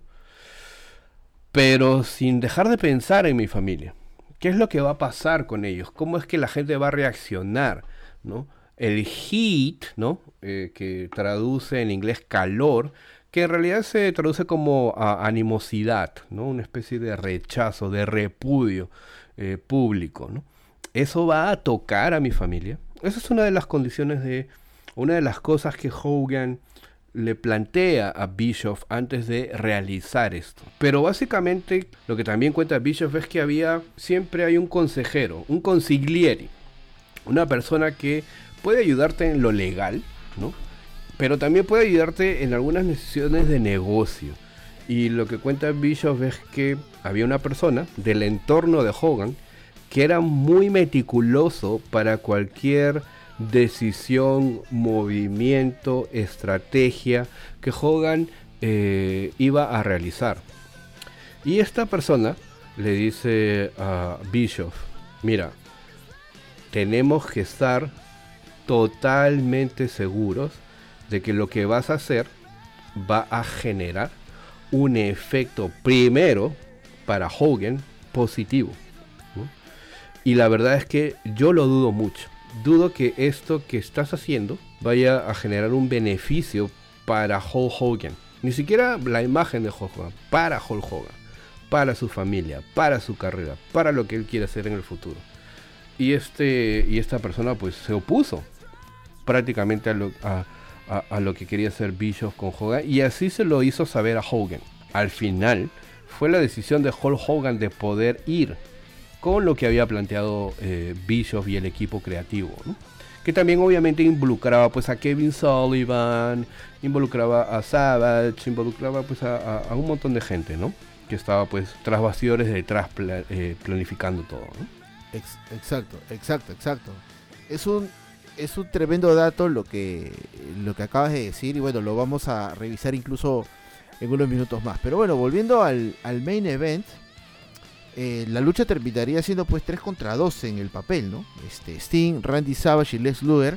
pero sin dejar de pensar en mi familia. ¿Qué es lo que va a pasar con ellos? ¿Cómo es que la gente va a reaccionar, ¿no? El heat, ¿no? Que traduce en inglés calor, que en realidad se traduce como animosidad, ¿no? Una especie de rechazo, de repudio público, ¿no? ¿Eso va a tocar a mi familia? Esa es una de las condiciones una de las cosas que Hogan le plantea a Bischoff antes de realizar esto. Pero básicamente lo que también cuenta Bischoff es que siempre hay un consejero, un consigliere, una persona que puede ayudarte en lo legal, ¿no? Pero también puede ayudarte en algunas decisiones de negocio. Y lo que cuenta Bischoff es que había una persona del entorno de Hogan que era muy meticuloso para cualquier decisión, movimiento, estrategia que Hogan iba a realizar. Y esta persona le dice a Bischoff: mira, tenemos que estar totalmente seguros de que lo que vas a hacer va a generar un efecto, primero, para Hogan, positivo, ¿no? Y la verdad es que yo lo dudo mucho. Dudo que esto que estás haciendo vaya a generar un beneficio para Hulk Hogan. Ni siquiera la imagen de Hulk Hogan, para Hulk Hogan, para su familia, para su carrera, para lo que él quiere hacer en el futuro. Y esta persona pues se opuso prácticamente a lo que quería hacer Bischoff con Hogan, y así se lo hizo saber a Hogan. Al final fue la decisión de Hulk Hogan de poder ir con lo que había planteado Bischoff y el equipo creativo, ¿no? Que también obviamente involucraba pues a Kevin Sullivan, involucraba a Savage, involucraba pues a un montón de gente, ¿no? Que estaba pues tras bastidores detrás planificando todo, ¿no? Exacto. es un tremendo dato lo que acabas de decir, y bueno, lo vamos a revisar incluso en unos minutos más. Pero bueno, volviendo al main event, la lucha terminaría siendo pues 3 contra 2 en el papel, ¿no? Sting, Randy Savage y Lex Luger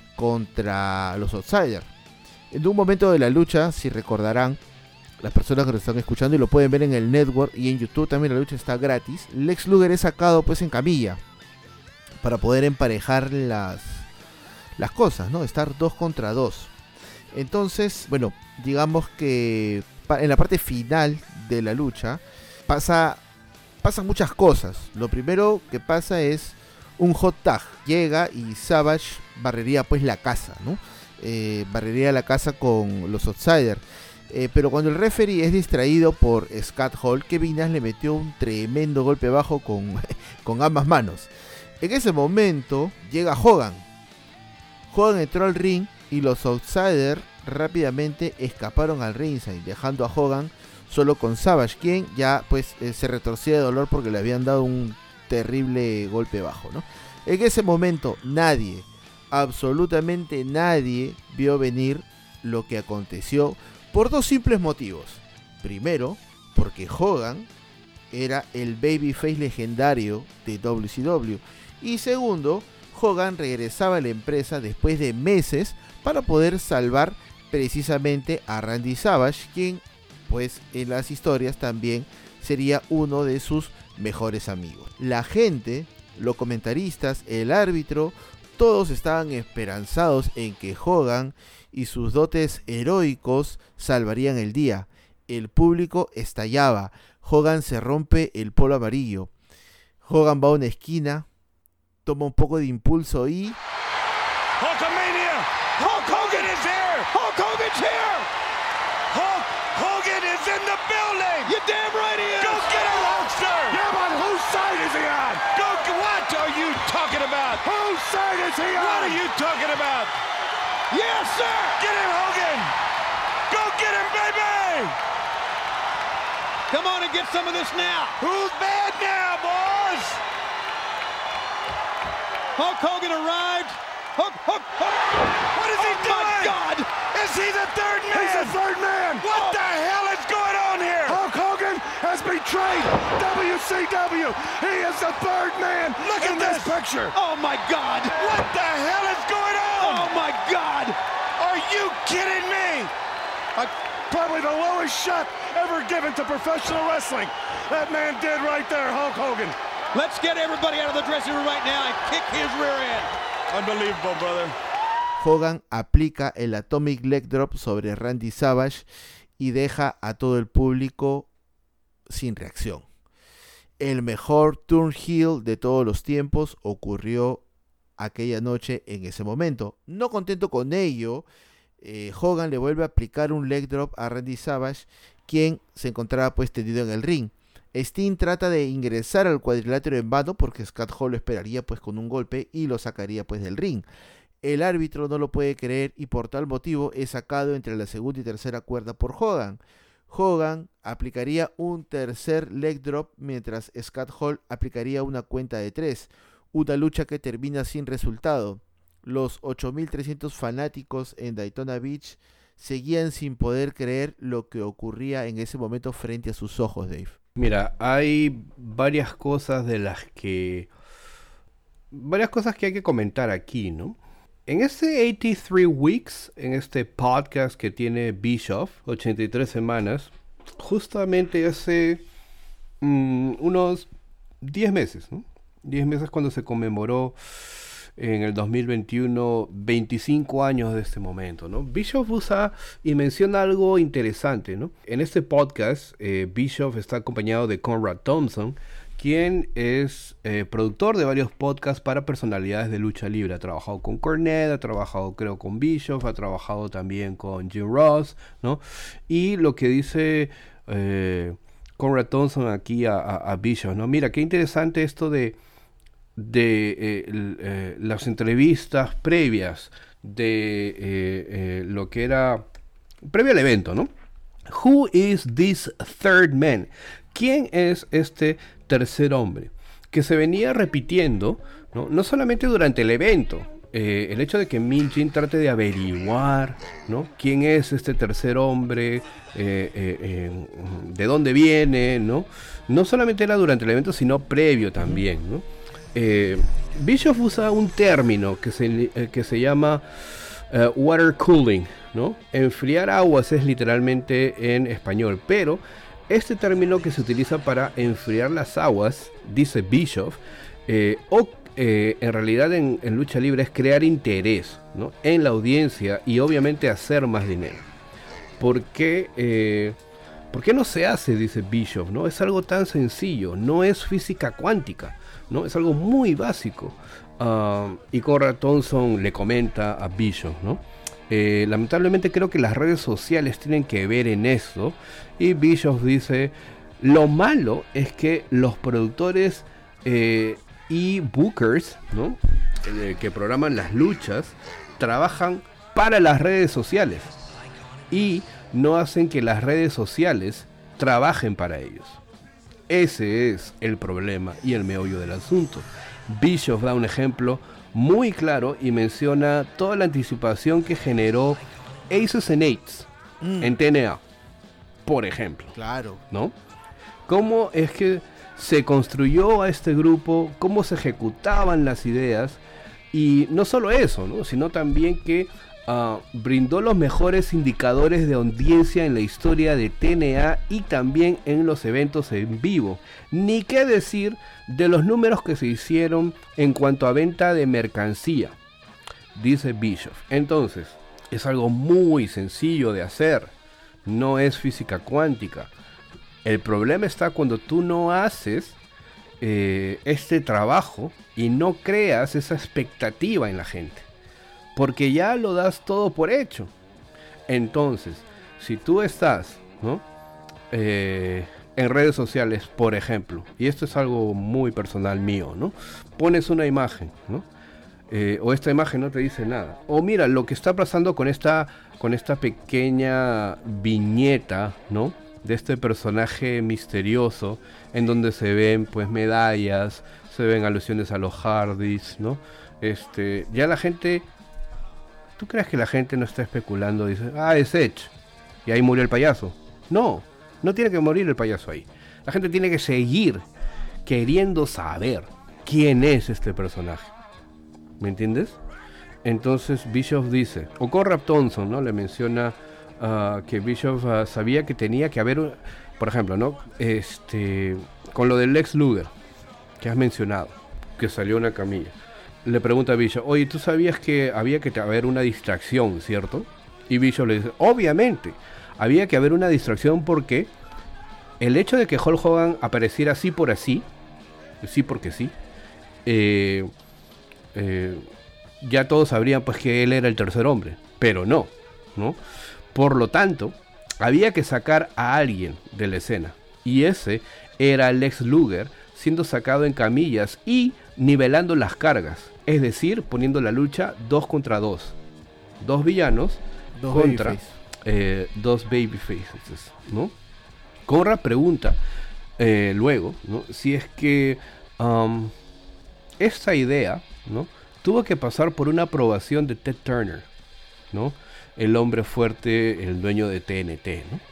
contra los Outsiders. En un momento de la lucha, si recordarán, las personas que nos están escuchando y lo pueden ver en el network y en YouTube también, la lucha está gratis. Lex Luger es sacado pues en camilla para poder emparejar las cosas, ¿no? Estar 2 contra 2. Entonces, bueno, digamos que en la parte final de la lucha pasan muchas cosas. Lo primero que pasa es un hot tag. Llega y Savage barrería pues la casa, ¿no? Barrería la casa con los Outsiders. Pero cuando el referee es distraído por Scott Hall, Kevin Nash le metió un tremendo golpe bajo con ambas manos. En ese momento llega Hogan. Hogan entró al ring y los Outsiders rápidamente escaparon al ringside, dejando a Hogan solo con Savage, quien ya pues se retorcía de dolor porque le habían dado un terrible golpe bajo, ¿no? En ese momento nadie, absolutamente nadie, vio venir lo que aconteció por 2 simples motivos. Primero, porque Hogan era el babyface legendario de WCW. Y segundo, Hogan regresaba a la empresa después de meses para poder salvar precisamente a Randy Savage, quien pues en las historias también sería uno de sus mejores amigos. La gente, los comentaristas, el árbitro, todos estaban esperanzados en que Hogan y sus dotes heroicos salvarían el día. El público estallaba. Hogan se rompe el polo amarillo. Hogan va a una esquina, toma un poco de impulso y... Hulkamania! Hulk Hogan is here! Hulk Hogan's here! Hulk Hogan is in the building! You damn right he is! Go get him, Hulkster! Yeah, but whose side is he on? What are you talking about? Whose side is he on? What are you talking about? Yes, sir! Get him, Hogan! Go get him, baby! Come on and get some of this now! Who's bad now, boys? Hulk Hogan arrived. Hulk! What is he doing? Oh, my God! Is he the third man? He's the third man! What the hell is going on here? Hulk Hogan has betrayed WCW. He is the third man. Look at this picture. Oh, my God! What the hell is going on? Oh, my God! Are you kidding me? Probably the lowest shot ever given to professional wrestling. That man did right there, Hulk Hogan. Let's get everybody out of the dressing room right now and kick his rear end. Unbelievable, brother. Hogan aplica el Atomic Leg Drop sobre Randy Savage y deja a todo el público sin reacción. El mejor turn heel de todos los tiempos ocurrió aquella noche en ese momento. No contento con ello, Hogan le vuelve a aplicar un leg drop a Randy Savage, quien se encontraba pues tendido en el ring. Sting trata de ingresar al cuadrilátero en vano porque Scott Hall lo esperaría pues con un golpe y lo sacaría pues del ring. El árbitro no lo puede creer y por tal motivo es sacado entre la segunda y tercera cuerda por Hogan. Hogan aplicaría un tercer leg drop mientras Scott Hall aplicaría una cuenta de 3. Una lucha que termina sin resultado. Los 8.300 fanáticos en Daytona Beach seguían sin poder creer lo que ocurría en ese momento frente a sus ojos, Dave. Mira, hay varias cosas que hay que comentar aquí, ¿no? En este 83 Weeks, en este podcast que tiene Bischoff, 83 semanas, justamente hace unos 10 meses, ¿no? 10 meses cuando se conmemoró en el 2021 25 años de este momento, ¿no? Bischoff usa y menciona algo interesante, ¿no? En este podcast, Bischoff está acompañado de Conrad Thompson, quien es productor de varios podcasts para personalidades de lucha libre. Ha trabajado con Cornette, ha trabajado creo con Bischoff, ha trabajado también con Jim Ross, ¿no? Y lo que dice Conrad Thompson aquí a Bischoff, ¿no? Mira, qué interesante esto de las entrevistas previas de lo que era previo al evento, ¿no? Who is this third man? ¿Quién es este tercer hombre? Que se venía repitiendo, ¿no? No solamente durante el evento, el hecho de que Min Jin trate de averiguar, ¿no?, quién es este tercer hombre, de dónde viene, ¿no? No solamente era durante el evento, sino previo también, ¿no? Bischoff usa un término que se llama water cooling, ¿no? Enfriar aguas es literalmente en español, pero este término que se utiliza para enfriar las aguas, dice Bischoff, en realidad en lucha libre es crear interés, ¿no?, en la audiencia y obviamente hacer más dinero. ¿Por qué no se hace? Dice Bischoff, ¿no? Es algo tan sencillo, no es física cuántica, ¿no? Es algo muy básico. Y Conrad Thompson le comenta a Bischoff, ¿no? Lamentablemente creo que las redes sociales tienen que ver en esto. Y Bischoff dice, lo malo es que los productores y bookers, ¿no?, que programan las luchas, trabajan para las redes sociales y no hacen que las redes sociales trabajen para ellos. Ese es el problema y el meollo del asunto. Bischoff da un ejemplo muy claro y menciona toda la anticipación que generó Aces and Eights en TNA, por ejemplo. Claro. ¿No? ¿Cómo es que se construyó a este grupo? ¿Cómo se ejecutaban las ideas? Y no solo eso, ¿no?, sino también que brindó los mejores indicadores de audiencia en la historia de TNA y también en los eventos en vivo. Ni qué decir de los números que se hicieron en cuanto a venta de mercancía, dice Bischoff. Entonces, es algo muy sencillo de hacer, no es física cuántica. El problema está cuando tú no haces este trabajo y no creas esa expectativa en la gente, porque ya lo das todo por hecho. Entonces, si tú estás, ¿no?, en redes sociales, por ejemplo, y esto es algo muy personal mío, ¿no?, pones una imagen, ¿no?, o esta imagen no te dice nada, o mira lo que está pasando con esta pequeña viñeta, ¿no?, de este personaje misterioso, en donde se ven pues medallas, se ven alusiones a los Hardys, ¿no? Ya la gente, ¿tú crees que la gente no está especulando? Dice, es Edge, y ahí murió el payaso. No tiene que morir el payaso ahí. La gente tiene que seguir queriendo saber quién es este personaje. ¿Me entiendes? Entonces Bischoff dice, o Conrad Thompson, ¿no?, le menciona que Bischoff sabía que tenía que haber, por ejemplo, ¿no?, con lo del Lex Luger que has mencionado, que salió una camilla. Le pregunta a Bischoff, oye, ¿tú sabías que había que haber una distracción, cierto? Y Bischoff le dice, obviamente, había que haber una distracción porque el hecho de que Hulk Hogan apareciera así por así, sí porque sí, ya todos sabrían pues que él era el tercer hombre, pero no. Por lo tanto, había que sacar a alguien de la escena, y ese era Lex Luger siendo sacado en camillas y nivelando las cargas, es decir, poniendo la lucha 2 contra 2, 2 villanos contra dos babyfaces, ¿no? Conrad pregunta luego, ¿no?, si es que esta idea, ¿no?, tuvo que pasar por una aprobación de Ted Turner, ¿no?, el hombre fuerte, el dueño de TNT, ¿no?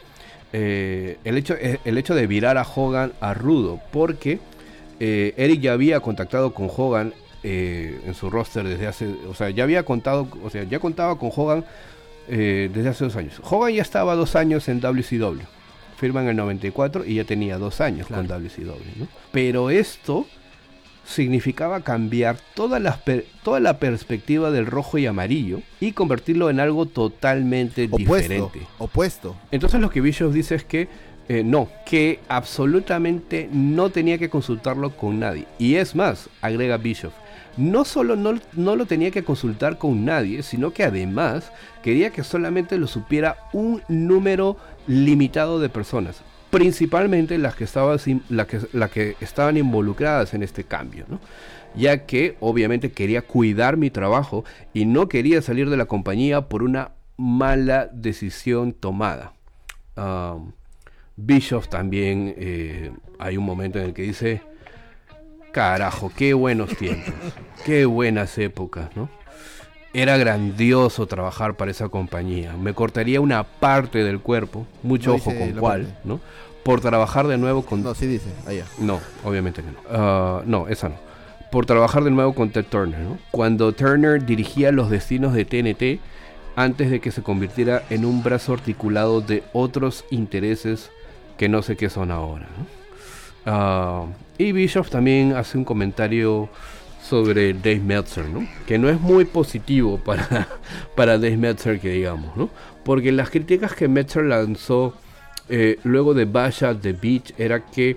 El hecho de virar a Hogan a rudo, porque Eric ya había contactado con Hogan en su roster desde hace, ya contaba con Hogan desde hace 2 años. Hogan ya estaba 2 años en WCW, firma en el 94 y ya tenía 2 años, claro, con WCW, ¿no? Pero esto significaba cambiar toda la perspectiva del rojo y amarillo y convertirlo en algo totalmente diferente. Opuesto. Entonces lo que Bischoff dice es que que absolutamente no tenía que consultarlo con nadie. Y es más, agrega Bischoff, no solo no lo tenía que consultar con nadie, sino que además quería que solamente lo supiera un número limitado de personas, principalmente las que estaban involucradas en este cambio, ¿no? Ya que obviamente quería cuidar mi trabajo y no quería salir de la compañía por una mala decisión tomada. Bischoff también, hay un momento en el que dice, carajo, qué buenos tiempos, qué buenas épocas, ¿no? era grandioso trabajar para esa compañía. Me cortaría una parte del cuerpo, mucho No ojo dice con la cuál, parte. ¿no? Por trabajar de nuevo con... No, sí dice, allá. No, obviamente que no. No, esa no. Por trabajar de nuevo con Ted Turner, ¿no? Cuando Turner dirigía los destinos de TNT antes de que se convirtiera en un brazo articulado de otros intereses que no sé qué son ahora, ¿no? Y Bischoff también hace un comentario sobre Dave Meltzer, ¿no? Que no es muy positivo para Dave Meltzer, que digamos, ¿no? Porque las críticas que Meltzer lanzó luego de Bash at the Beach era que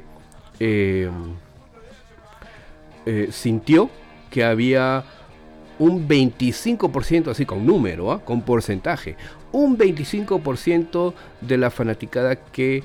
sintió que había un 25%, así con número, con porcentaje, un 25% de la fanaticada que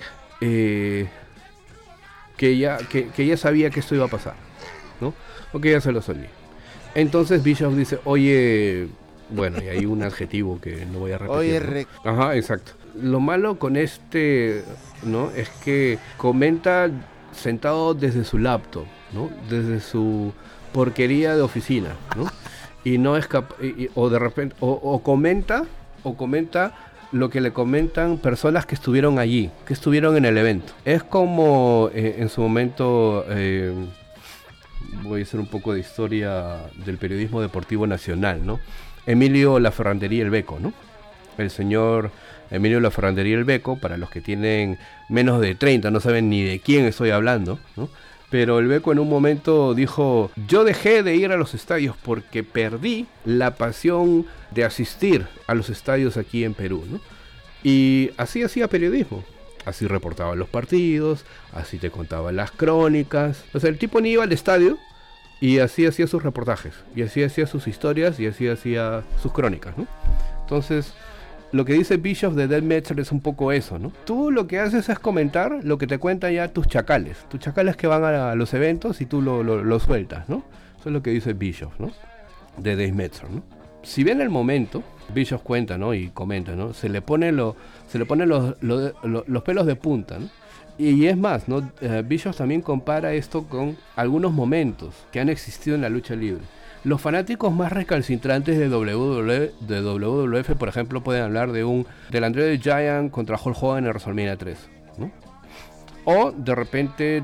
ya sabía que esto iba a pasar, ¿no? O que ya se lo solía. Entonces Bischoff dice, oye, bueno, y hay un adjetivo que no voy a repetir. Oye, ¿no? Ajá, exacto. Lo malo con ¿no? Es que comenta sentado desde su laptop, ¿no? Desde su porquería de oficina, ¿no? Y no es o de repente o comenta lo que le comentan personas que estuvieron allí, que estuvieron en el evento. Es como en su momento voy a hacer un poco de historia del periodismo deportivo nacional, ¿no? Emilio Laferrandería El Beco, ¿no? El señor Emilio Laferrandería El Beco, para los que tienen menos de 30, no saben ni de quién estoy hablando, ¿no? Pero el Beco en un momento dijo, yo dejé de ir a los estadios porque perdí la pasión de asistir a los estadios aquí en Perú, ¿no? Y así hacía periodismo. Así reportaba los partidos, así te contaba las crónicas. O sea, el tipo ni iba al estadio y así hacía sus reportajes, y así hacía sus historias, y así hacía sus crónicas, ¿no? Entonces, lo que dice Bischoff de Dave Meltzer es un poco eso, ¿no? Tú lo que haces es comentar lo que te cuentan ya tus chacales que van a los eventos y tú lo sueltas, ¿no? Eso es lo que dice Bischoff, ¿no? De Dave Meltzer, ¿no? Si bien el momento, Bischoff cuenta, ¿no? Y comenta, ¿no? Se le ponen los pelos de punta, ¿no? Y es más, ¿no? Bischoff también compara esto con algunos momentos que han existido en la lucha libre. Los fanáticos más recalcitrantes de WWF, por ejemplo, pueden hablar del Andre the Giant contra Hulk Hogan en WrestleMania 3, ¿no? O de repente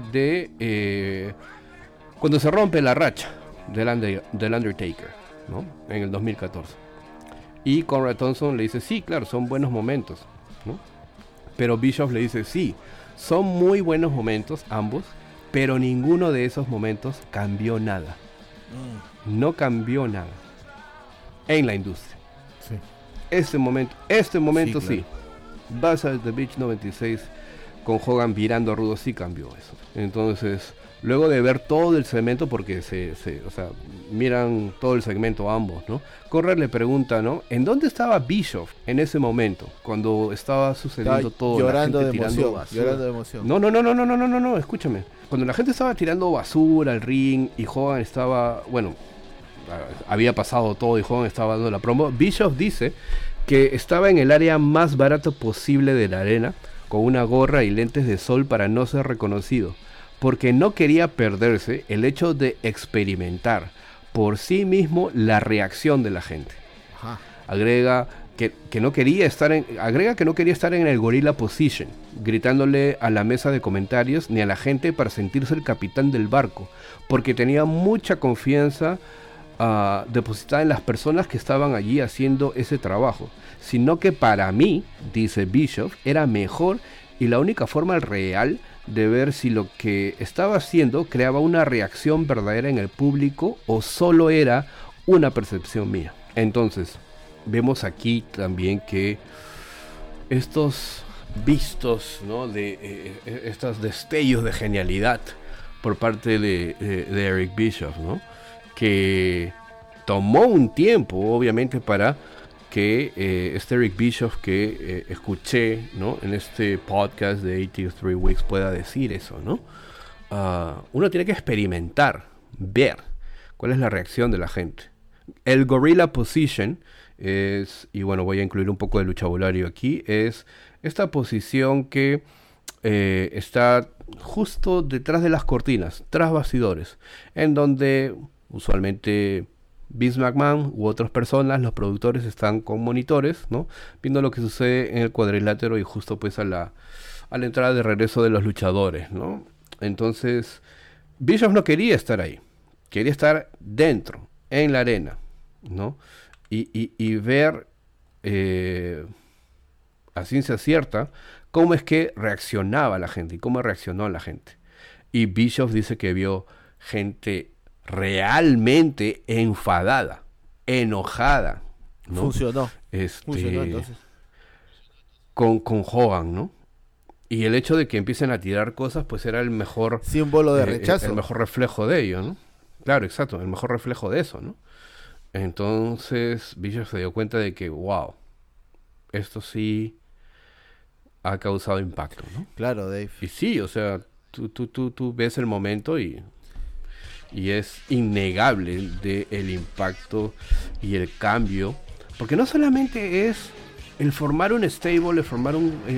cuando se rompe la racha del Undertaker, ¿no? En el 2014. Y Conrad Thompson le dice, sí, claro, son buenos momentos, ¿no? Pero Bischoff le dice, sí, son muy buenos momentos ambos, pero ninguno de esos momentos cambió nada. No cambió nada en la industria. Sí. Este momento sí. Bash at the Beach 96 con Hogan virando rudo sí cambió eso. Entonces, luego de ver todo el segmento, porque o sea, miran todo el segmento ambos, ¿no? Conrad le pregunta, ¿no? ¿En dónde estaba Bischoff en ese momento? Cuando estaba sucediendo todo, llorando la gente de tirando emoción, basura. llorando de emoción. No, escúchame. Cuando la gente estaba tirando basura al ring y Hogan estaba, bueno, había pasado todo y Hogan estaba dando la promo, Bischoff dice que estaba en el área más barato posible de la arena, con una gorra y lentes de sol para no ser reconocido, porque no quería perderse el hecho de experimentar por sí mismo la reacción de la gente. Ajá. Agrega que no quería estar en el gorilla position, gritándole a la mesa de comentarios ni a la gente para sentirse el capitán del barco, porque tenía mucha confianza depositada en las personas que estaban allí haciendo ese trabajo, sino que para mí, dice Bischoff, era mejor y la única forma real de ver si lo que estaba haciendo creaba una reacción verdadera en el público o solo era una percepción mía. Entonces, vemos aquí también que estos vistos, ¿no? de estos destellos de genialidad por parte de Eric Bischoff, ¿no? Que tomó un tiempo, obviamente, para que este Eric Bischoff que escuché, ¿no? en este podcast de 83 Weeks pueda decir eso, ¿no? Uno tiene que experimentar, ver cuál es la reacción de la gente. El gorilla position es, y bueno, voy a incluir un poco de luchabulario aquí, es esta posición que está justo detrás de las cortinas, tras bastidores, en donde usualmente Vince McMahon u otras personas, los productores están con monitores, ¿no? Viendo lo que sucede en el cuadrilátero y justo pues a la entrada de regreso de los luchadores, ¿no? Entonces, Bischoff no quería estar ahí, quería estar dentro, en la arena, ¿no? Y ver a ciencia cierta cómo es que reaccionaba la gente y cómo reaccionó la gente. Y Bischoff dice que vio gente realmente enfadada, enojada, ¿no? Funcionó Funcionó entonces. Con Hogan, ¿no? Y el hecho de que empiecen a tirar cosas, pues era el mejor símbolo de rechazo. El mejor reflejo de ello, ¿no? Claro, exacto, el mejor reflejo de eso, ¿no? Entonces Bischoff se dio cuenta de que, wow, esto sí ha causado impacto, ¿no? Claro, Dave. Y sí, o sea, tú ves el momento y es innegable el impacto y el cambio, porque no solamente es el formar un stable, el formar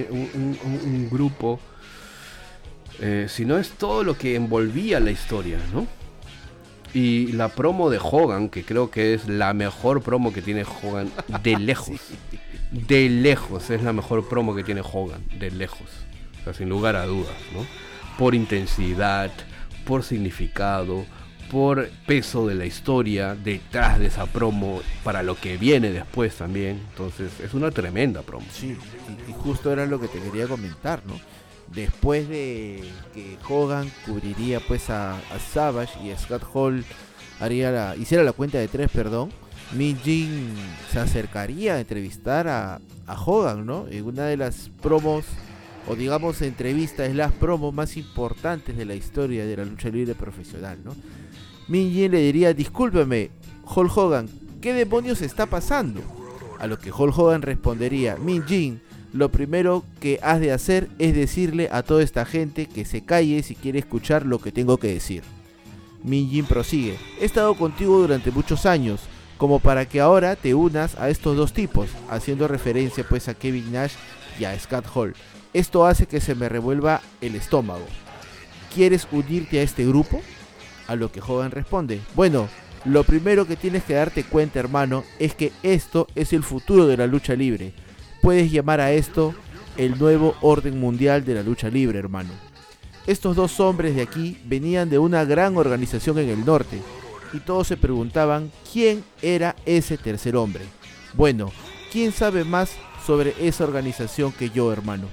un grupo, sino es todo lo que envolvía la historia, ¿no? Y la promo de Hogan, que creo que es la mejor promo que tiene Hogan de lejos. Sí. De lejos es la mejor promo que tiene Hogan, de lejos. O sea, sin lugar a dudas, ¿no? Por intensidad, por significado, por peso de la historia detrás de esa promo, para lo que viene después también. Entonces, es una tremenda promo. Sí, y justo era lo que te quería comentar, ¿no? Después de que Hogan cubriría pues a Savage y Scott Hall hiciera la cuenta de 3, Mean Gene se acercaría a entrevistar a Hogan, ¿no? En una de las promos, o digamos entrevistas, es las promos más importantes de la historia de la lucha libre profesional, ¿no? Mean Gene le diría: discúlpeme, Hulk Hogan, ¿qué demonios está pasando? A lo que Hulk Hogan respondería: Mean Gene, lo primero que has de hacer es decirle a toda esta gente que se calle si quiere escuchar lo que tengo que decir. Mean Gene prosigue: he estado contigo durante muchos años, como para que ahora te unas a estos dos tipos, haciendo referencia pues a Kevin Nash y a Scott Hall. Esto hace que se me revuelva el estómago. ¿Quieres unirte a este grupo? A lo que Hogan responde: bueno, lo primero que tienes que darte cuenta, hermano, es que esto es el futuro de la lucha libre. Puedes llamar a esto el nuevo orden mundial de la lucha libre, hermano. Estos dos hombres de aquí venían de una gran organización en el norte, y todos se preguntaban quién era ese tercer hombre. Bueno, ¿quién sabe más sobre esa organización que yo, hermano?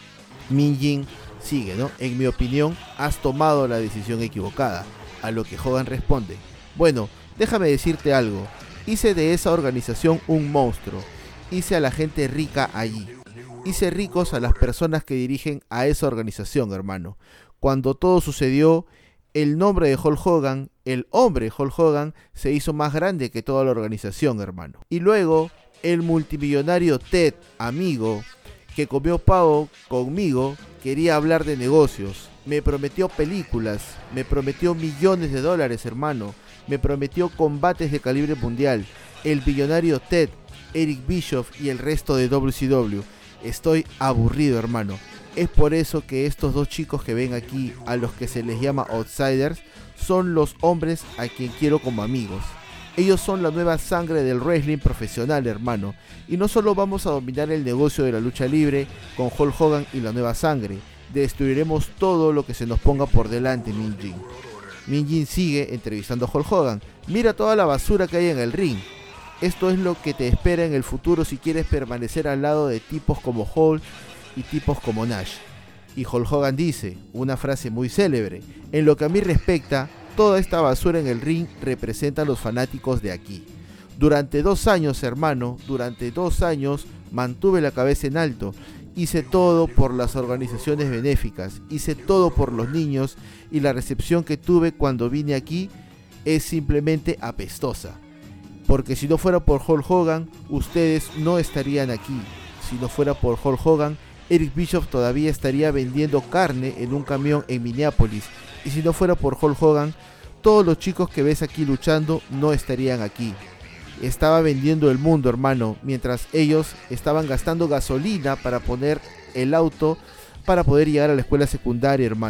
Mean Gene sigue, ¿no? En mi opinión, has tomado la decisión equivocada. A lo que Hogan responde: bueno, déjame decirte algo. Hice de esa organización un monstruo. Hice a la gente rica allí. Hice ricos a las personas que dirigen a esa organización, hermano. Cuando todo sucedió, el nombre de Hulk Hogan, el hombre Hulk Hogan, se hizo más grande que toda la organización, hermano. Y luego, el multimillonario Ted, amigo, que comió pavo conmigo, quería hablar de negocios. Me prometió películas, me prometió millones de dólares, hermano. Me prometió combates de calibre mundial. El billonario Ted, Eric Bischoff y el resto de WCW. Estoy aburrido, hermano. Es por eso que estos dos chicos que ven aquí, a los que se les llama outsiders, son los hombres a quien quiero como amigos. Ellos son la nueva sangre del wrestling profesional, hermano. Y no solo vamos a dominar el negocio de la lucha libre con Hulk Hogan y la nueva sangre. Destruiremos todo lo que se nos ponga por delante, Mean Gene. Mean Gene sigue entrevistando a Hulk Hogan. Mira toda la basura que hay en el ring. Esto es lo que te espera en el futuro si quieres permanecer al lado de tipos como Hulk y tipos como Nash. Y Hulk Hogan dice, una frase muy célebre: en lo que a mí respecta, toda esta basura en el ring representa a los fanáticos de aquí. Durante 2 años, hermano, durante 2 años mantuve la cabeza en alto. Hice todo por las organizaciones benéficas, hice todo por los niños, y la recepción que tuve cuando vine aquí es simplemente apestosa. Porque si no fuera por Hulk Hogan, ustedes no estarían aquí. Si no fuera por Hulk Hogan, Eric Bischoff todavía estaría vendiendo carne en un camión en Minneapolis. Y si no fuera por Hulk Hogan, todos los chicos que ves aquí luchando no estarían aquí. Estaba vendiendo el mundo, hermano, mientras ellos estaban gastando gasolina para poner el auto para poder llegar a la escuela secundaria, hermano.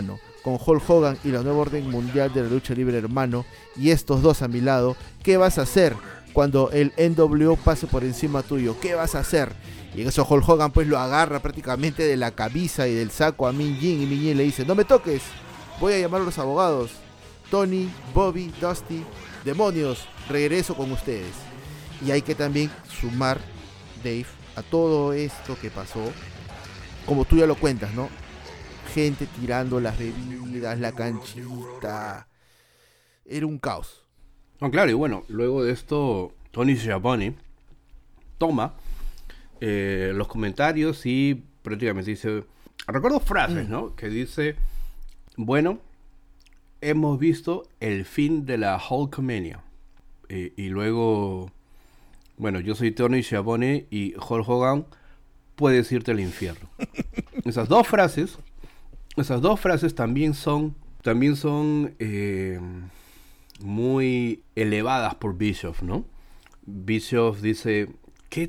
con Hulk Hogan y la nueva orden mundial de la lucha libre, hermano, y estos dos a mi lado, ¿qué vas a hacer cuando el NWO pase por encima tuyo? ¿Qué vas a hacer? Y en eso Hulk Hogan pues lo agarra prácticamente de la camisa y del saco a Min Jin, y Min Jin le dice: no me toques, voy a llamar a los abogados. Tony, Bobby, Dusty, demonios, regreso con ustedes. Y hay que también sumar, Dave, a todo esto que pasó, como tú ya lo cuentas, ¿no? Gente tirando las bebidas, la canchita. Era un caos. No, claro, y bueno, luego de esto, Tony Schiavone toma los comentarios y prácticamente dice, recuerdo frases, ¿no? Que dice, bueno, hemos visto el fin de la Hulkamania. Y luego, bueno, yo soy Tony Schiavone y Hulk Hogan puede irte al infierno. Esas dos frases también son muy elevadas por Bischoff, ¿no? Bischoff dice, ¿qué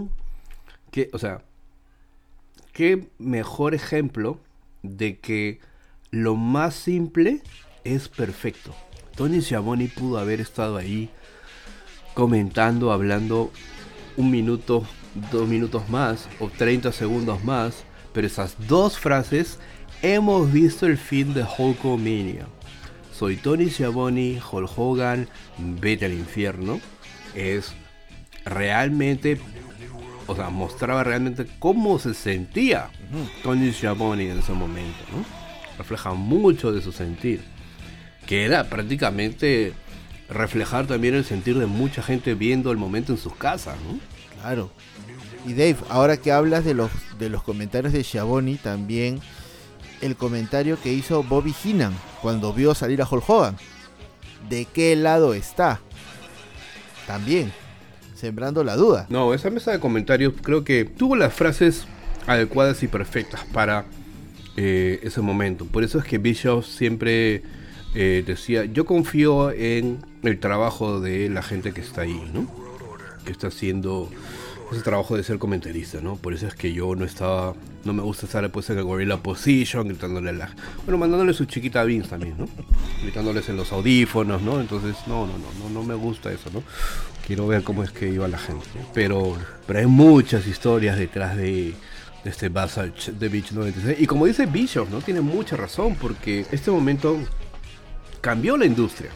mejor ejemplo de que lo más simple es perfecto? Tony Schiavone pudo haber estado ahí comentando, hablando 1 minuto, 2 minutos más o 30 segundos más, pero esas dos frases, hemos visto el fin de Hulkamania. Soy Tony Schiavone, Hulk Hogan, vete al infierno. Es realmente, o sea, mostraba realmente cómo se sentía Tony Schiavone en ese momento, ¿no? Refleja mucho de su sentir, que era prácticamente reflejar también el sentir de mucha gente viendo el momento en sus casas, ¿no? Claro. Y Dave, ahora que hablas de los comentarios de Schiavone, también el comentario que hizo Bobby Heenan cuando vio salir a Hulk Hogan. ¿De qué lado está? También sembrando la duda. No, esa mesa de comentarios creo que tuvo las frases adecuadas y perfectas para ese momento. Por eso es que Bischoff siempre decía, yo confío en el trabajo de la gente que está ahí, ¿no? Que está haciendo ese trabajo de ser comentarista, ¿no? Por eso es que yo no me gusta estar pues en el gorilla position, gritándole mandándole su chiquita Vince también, ¿no? Gritándoles en los audífonos, ¿no? Entonces, no me gusta eso, ¿no? Quiero ver cómo es que iba la gente, ¿no? Pero hay muchas historias detrás de este Bash de Beach 96. Y como dice Bischoff, ¿no? Tiene mucha razón, porque este momento cambió la industria.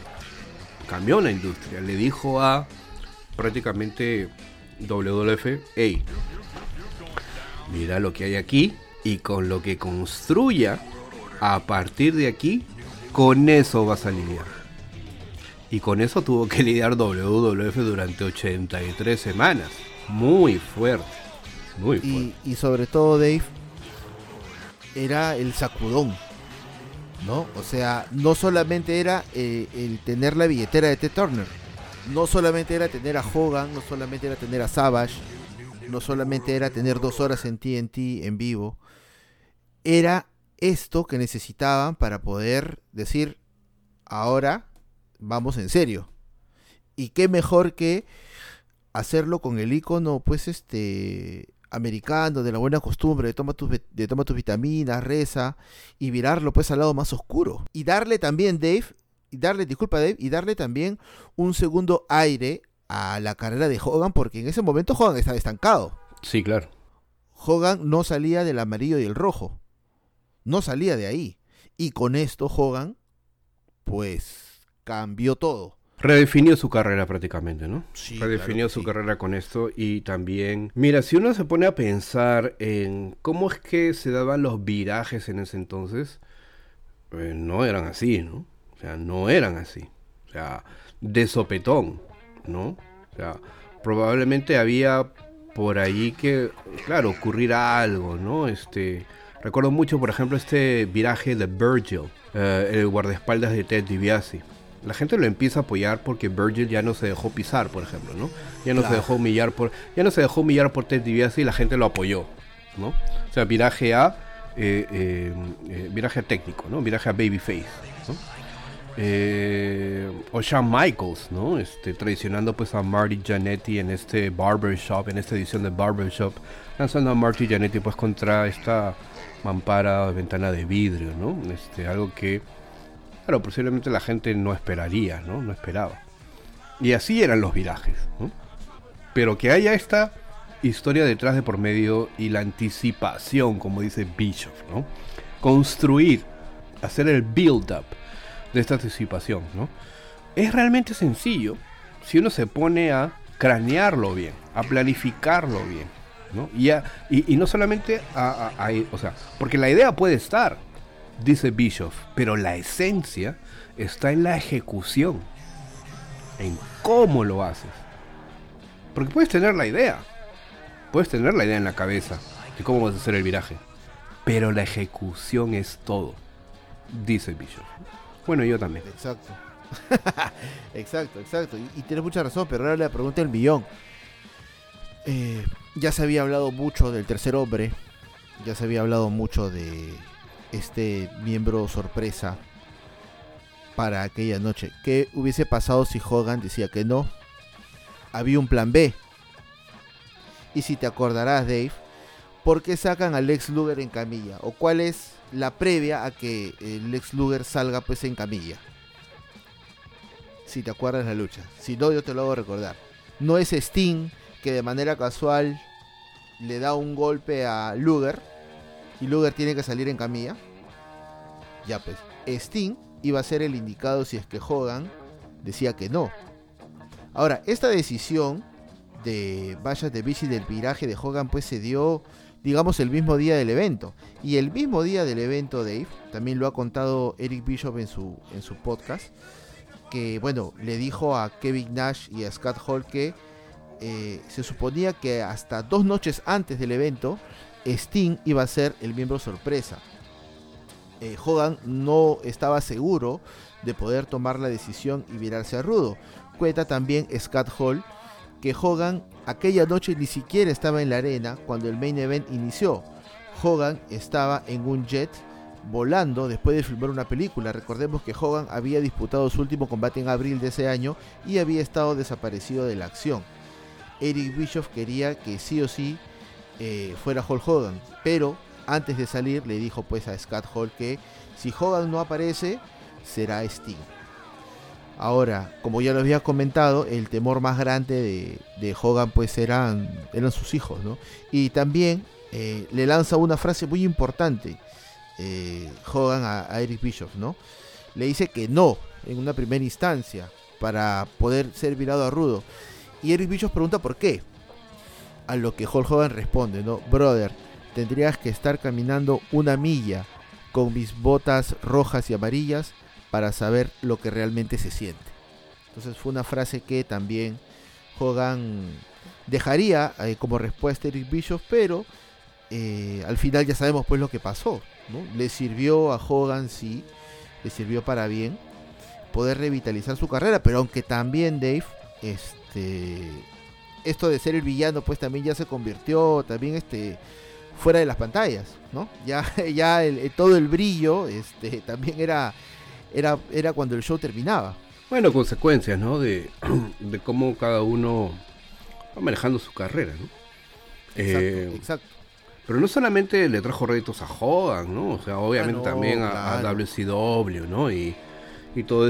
Le dijo a prácticamente WWF, hey, mira lo que hay aquí, y con lo que construya a partir de aquí, con eso vas a lidiar. Y con eso tuvo que lidiar WWF durante 83 semanas. Muy fuerte. Y sobre todo, Dave, era el sacudón, ¿no? O sea, no solamente era el tener la billetera de Ted Turner, no solamente era tener a Hogan, no solamente era tener a Savage, no solamente era tener 2 horas en TNT en vivo, era esto que necesitaban para poder decir, ahora vamos en serio. Y qué mejor que hacerlo con el icono, pues, americano, de la buena costumbre, de toma tus vitaminas, reza, y virarlo pues al lado más oscuro. Y darle también, Dave, y darle también un segundo aire a la carrera de Hogan, porque en ese momento Hogan estaba estancado. Sí, claro. Hogan no salía del amarillo y el rojo. No salía de ahí. Y con esto Hogan, pues, cambió todo. Redefinió su carrera prácticamente, ¿no? Sí, Redefinió claro, su sí. carrera con esto. Y también, mira, si uno se pone a pensar en cómo es que se daban los virajes en ese entonces, no eran así, ¿no? O sea, no eran así. O sea, de sopetón, ¿no? O sea, probablemente había por allí que, claro, ocurrirá algo, ¿no? Recuerdo mucho, por ejemplo, este viraje de Virgil, el guardaespaldas de Ted DiBiase. La gente lo empieza a apoyar porque Virgil ya no se dejó pisar, por ejemplo, ¿no? Ya no se dejó humillar por Ted DiBiase, y la gente lo apoyó, ¿no? O sea, viraje técnico, ¿no? Viraje a babyface, ¿no? O Shawn Michaels, ¿no? Traicionando pues a Marty Jannetty en Barbershop, en esta edición de Barbershop, lanzando a Marty Jannetty pues contra esta mampara, ventana de vidrio, ¿no? Algo que, claro, posiblemente la gente no esperaría, ¿no? No esperaba. Y así eran los virajes, ¿no? Pero que haya esta historia detrás de por medio y la anticipación, como dice Bischoff, ¿no? Construir, hacer el build-up de esta anticipación, ¿no? Es realmente sencillo si uno se pone a cranearlo bien, a planificarlo bien, ¿no? Y no solamente o sea, porque la idea puede estar, dice Bischoff, pero la esencia está en la ejecución, en cómo lo haces. Porque puedes tener la idea en la cabeza de cómo vas a hacer el viraje, pero la ejecución es todo, dice Bischoff. Bueno, yo también. Exacto. Exacto. Y tienes mucha razón, pero ahora la pregunta del millón. Ya se había hablado mucho del tercer hombre, ya se había hablado mucho de este miembro sorpresa para aquella noche. ¿Qué hubiese pasado si Hogan decía que no? Había un plan B. Y si te acordarás, Dave, ¿por qué sacan a Lex Luger en camilla? ¿O cuál es la previa a que Lex Luger salga pues en camilla? Si te acuerdas la lucha. Si no, yo te lo hago recordar. No es Sting que de manera casual le da un golpe a Luger y Luger tiene que salir en camilla. Ya pues, Sting iba a ser el indicado si es que Hogan decía que no. Ahora, esta decisión de vallas de bici del viraje de Hogan pues se dio, digamos, el mismo día del evento. Y el mismo día del evento, Dave, también lo ha contado Eric Bischoff en su podcast, que bueno, le dijo a Kevin Nash y a Scott Hall que se suponía que hasta 2 noches antes del evento Sting iba a ser el miembro sorpresa. Hogan no estaba seguro de poder tomar la decisión y virarse a rudo. Cuenta también Scott Hall que Hogan aquella noche ni siquiera estaba en la arena cuando el main event inició. Hogan estaba en un jet volando después de filmar una película. Recordemos que Hogan había disputado su último combate en abril de ese año y había estado desaparecido de la acción. Eric Bischoff quería que sí o sí fuera Hulk Hogan, pero antes de salir le dijo pues a Scott Hall que si Hogan no aparece será Sting. Ahora, como ya lo había comentado, el temor más grande de Hogan pues eran sus hijos, ¿no? Y también le lanza una frase muy importante Hogan a Eric Bischoff, ¿no? Le dice que no en una primera instancia para poder ser virado a rudo. Y Eric Bischoff pregunta por qué. A lo que Hulk Hogan responde, ¿no? Brother, tendrías que estar caminando 1 milla con mis botas rojas y amarillas para saber lo que realmente se siente. Entonces fue una frase que también Hogan dejaría como respuesta a Eric Bischoff, pero al final ya sabemos pues lo que pasó, ¿no? Le sirvió a Hogan, sí, le sirvió para bien poder revitalizar su carrera, pero aunque también Dave, esto de ser el villano pues también ya se convirtió también fuera de las pantallas, ¿no? Ya todo el brillo también era cuando el show terminaba. Bueno, consecuencias, ¿no? De cómo cada uno va manejando su carrera, ¿no? Exacto. Pero no solamente le trajo réditos a Hogan, ¿no? O sea, obviamente también a claro. WCW, ¿no? Y todo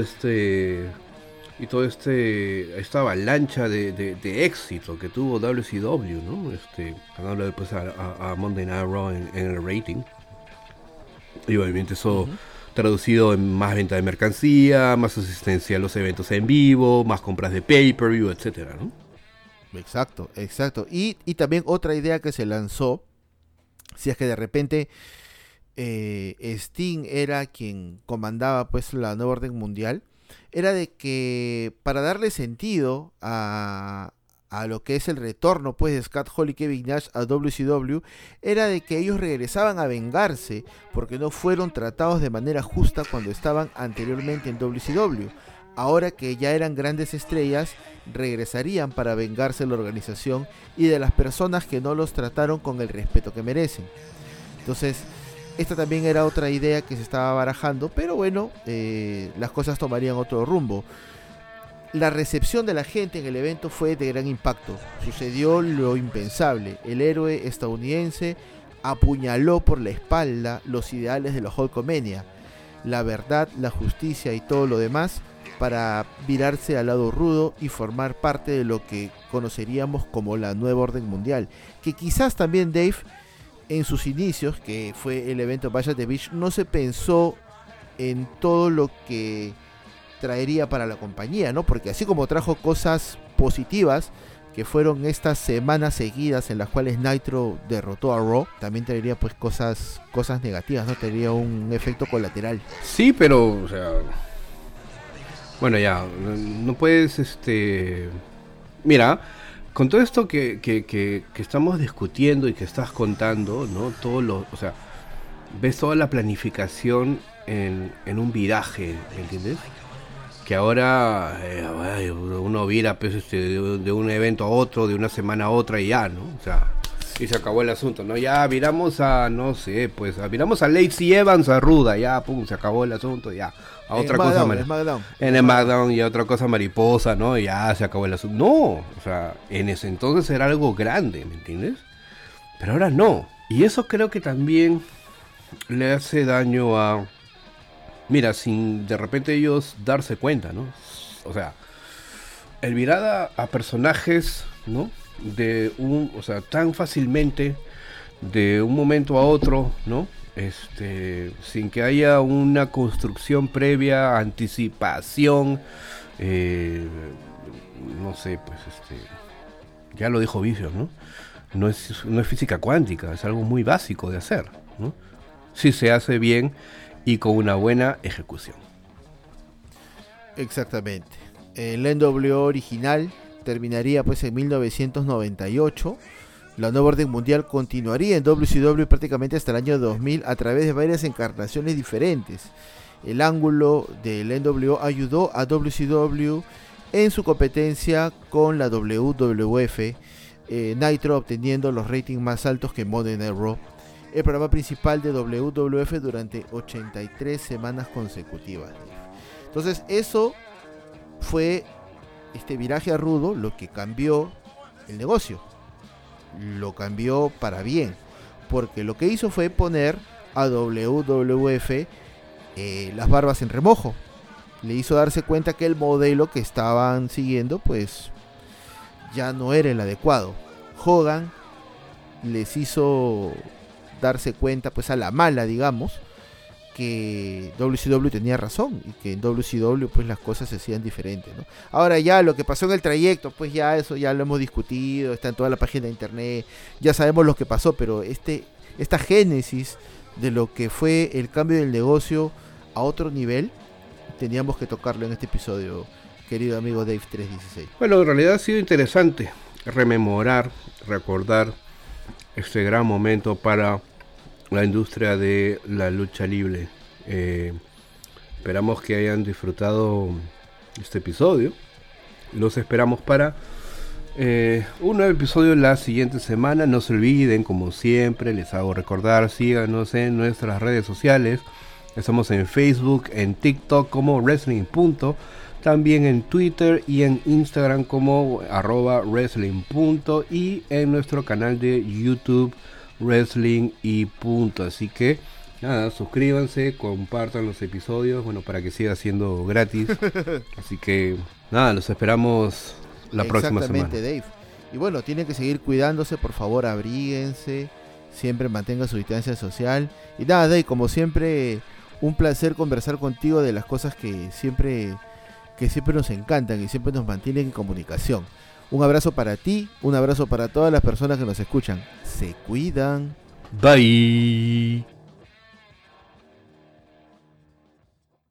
esta avalancha de éxito que tuvo WCW, ¿no? Ganando después a Monday Night Raw en el rating. Y obviamente eso traducido en más venta de mercancía, más asistencia a los eventos en vivo, más compras de pay-per-view, etcétera, ¿no? Exacto. Y también otra idea que se lanzó, si es que de repente Sting era quien comandaba pues la nueva orden mundial, era de que para darle sentido a lo que es el retorno pues de Scott Hall y Kevin Nash a WCW, era de que ellos regresaban a vengarse porque no fueron tratados de manera justa cuando estaban anteriormente en WCW. Ahora que ya eran grandes estrellas, regresarían para vengarse de la organización y de las personas que no los trataron con el respeto que merecen. Entonces, esta también era otra idea que se estaba barajando, pero bueno, las cosas tomarían otro rumbo. La recepción de la gente en el evento fue de gran impacto. Sucedió lo impensable. El héroe estadounidense apuñaló por la espalda los ideales de la Hulkamania, la verdad, la justicia y todo lo demás, para virarse al lado rudo y formar parte de lo que conoceríamos como la nueva orden mundial, que quizás también Dave en sus inicios, que fue el evento Bash at the Beach, no se pensó en todo lo que traería para la compañía, ¿no? Porque así como trajo cosas positivas, que fueron estas semanas seguidas en las cuales Nitro derrotó a Raw, también traería pues cosas negativas, ¿no? Tendría un efecto colateral. Sí, pero, o sea, bueno, ya, no puedes, mira, con todo esto que estamos discutiendo y que estás contando, ¿no? O sea, ves toda la planificación en un viraje, ¿entiendes? Que ahora uno vira pues, de un evento a otro, de una semana a otra y ya, ¿no? O sea, y se acabó el asunto, ¿no? Ya viramos a, no sé, pues, viramos a Lacey Evans, a Ruda, ya, pum, se acabó el asunto, ya. A otra cosa, en el SmackDown y a otra cosa mariposa, ¿no? Y ya se acabó el asunto. No, o sea, en ese entonces era algo grande, ¿me entiendes? Pero ahora no. Y eso creo que también le hace daño a... Mira, sin de repente ellos darse cuenta, ¿no? O sea, el virar a personajes, ¿no? O sea, tan fácilmente, de un momento a otro, ¿no? Sin que haya una construcción previa, anticipación, no sé, pues, ya lo dijo Vicious, ¿no? No es física cuántica, es algo muy básico de hacer, ¿no? Si se hace bien y con una buena ejecución. Exactamente. El NWO original terminaría pues en 1998. La nueva orden mundial continuaría en WCW prácticamente hasta el año 2000 a través de varias encarnaciones diferentes. El ángulo del NWO ayudó a WCW en su competencia con la WWF, Nitro obteniendo los ratings más altos que Monday Night Raw, el programa principal de WWF durante 83 semanas consecutivas. Entonces eso fue este viraje a rudo lo que cambió el negocio, lo cambió para bien, porque lo que hizo fue poner a WWF las barbas en remojo, le hizo darse cuenta que el modelo que estaban siguiendo pues ya no era el adecuado. Hogan les hizo darse cuenta pues a la mala, digamos, que WCW tenía razón y que en WCW pues las cosas se hacían diferentes, ¿no? Ahora ya lo que pasó en el trayecto, pues ya eso ya lo hemos discutido, está en toda la página de internet, ya sabemos lo que pasó, pero esta génesis de lo que fue el cambio del negocio a otro nivel, teníamos que tocarlo en este episodio, querido amigo Dave 316. Bueno, en realidad ha sido interesante rememorar, recordar este gran momento para la industria de la lucha libre. Esperamos que hayan disfrutado este episodio. Los esperamos para un nuevo episodio la siguiente semana. No se olviden, como siempre, les hago recordar, síganos en nuestras redes sociales. Estamos en Facebook, en TikTok como Wrestling Punto, también en Twitter y en Instagram como @Wrestling Punto, y en nuestro canal de YouTube Wrestling y Punto. Así que nada, suscríbanse, compartan los episodios, bueno, para que siga siendo gratis. Así que nada, los esperamos la próxima semana. Exactamente, Dave. Y bueno, tienen que seguir cuidándose, por favor, abríguense, siempre mantengan su distancia social. Y nada, Dave, como siempre, un placer conversar contigo de las cosas que siempre nos encantan y siempre nos mantienen en comunicación. Un abrazo para ti, un abrazo para todas las personas que nos escuchan. Se cuidan. Bye.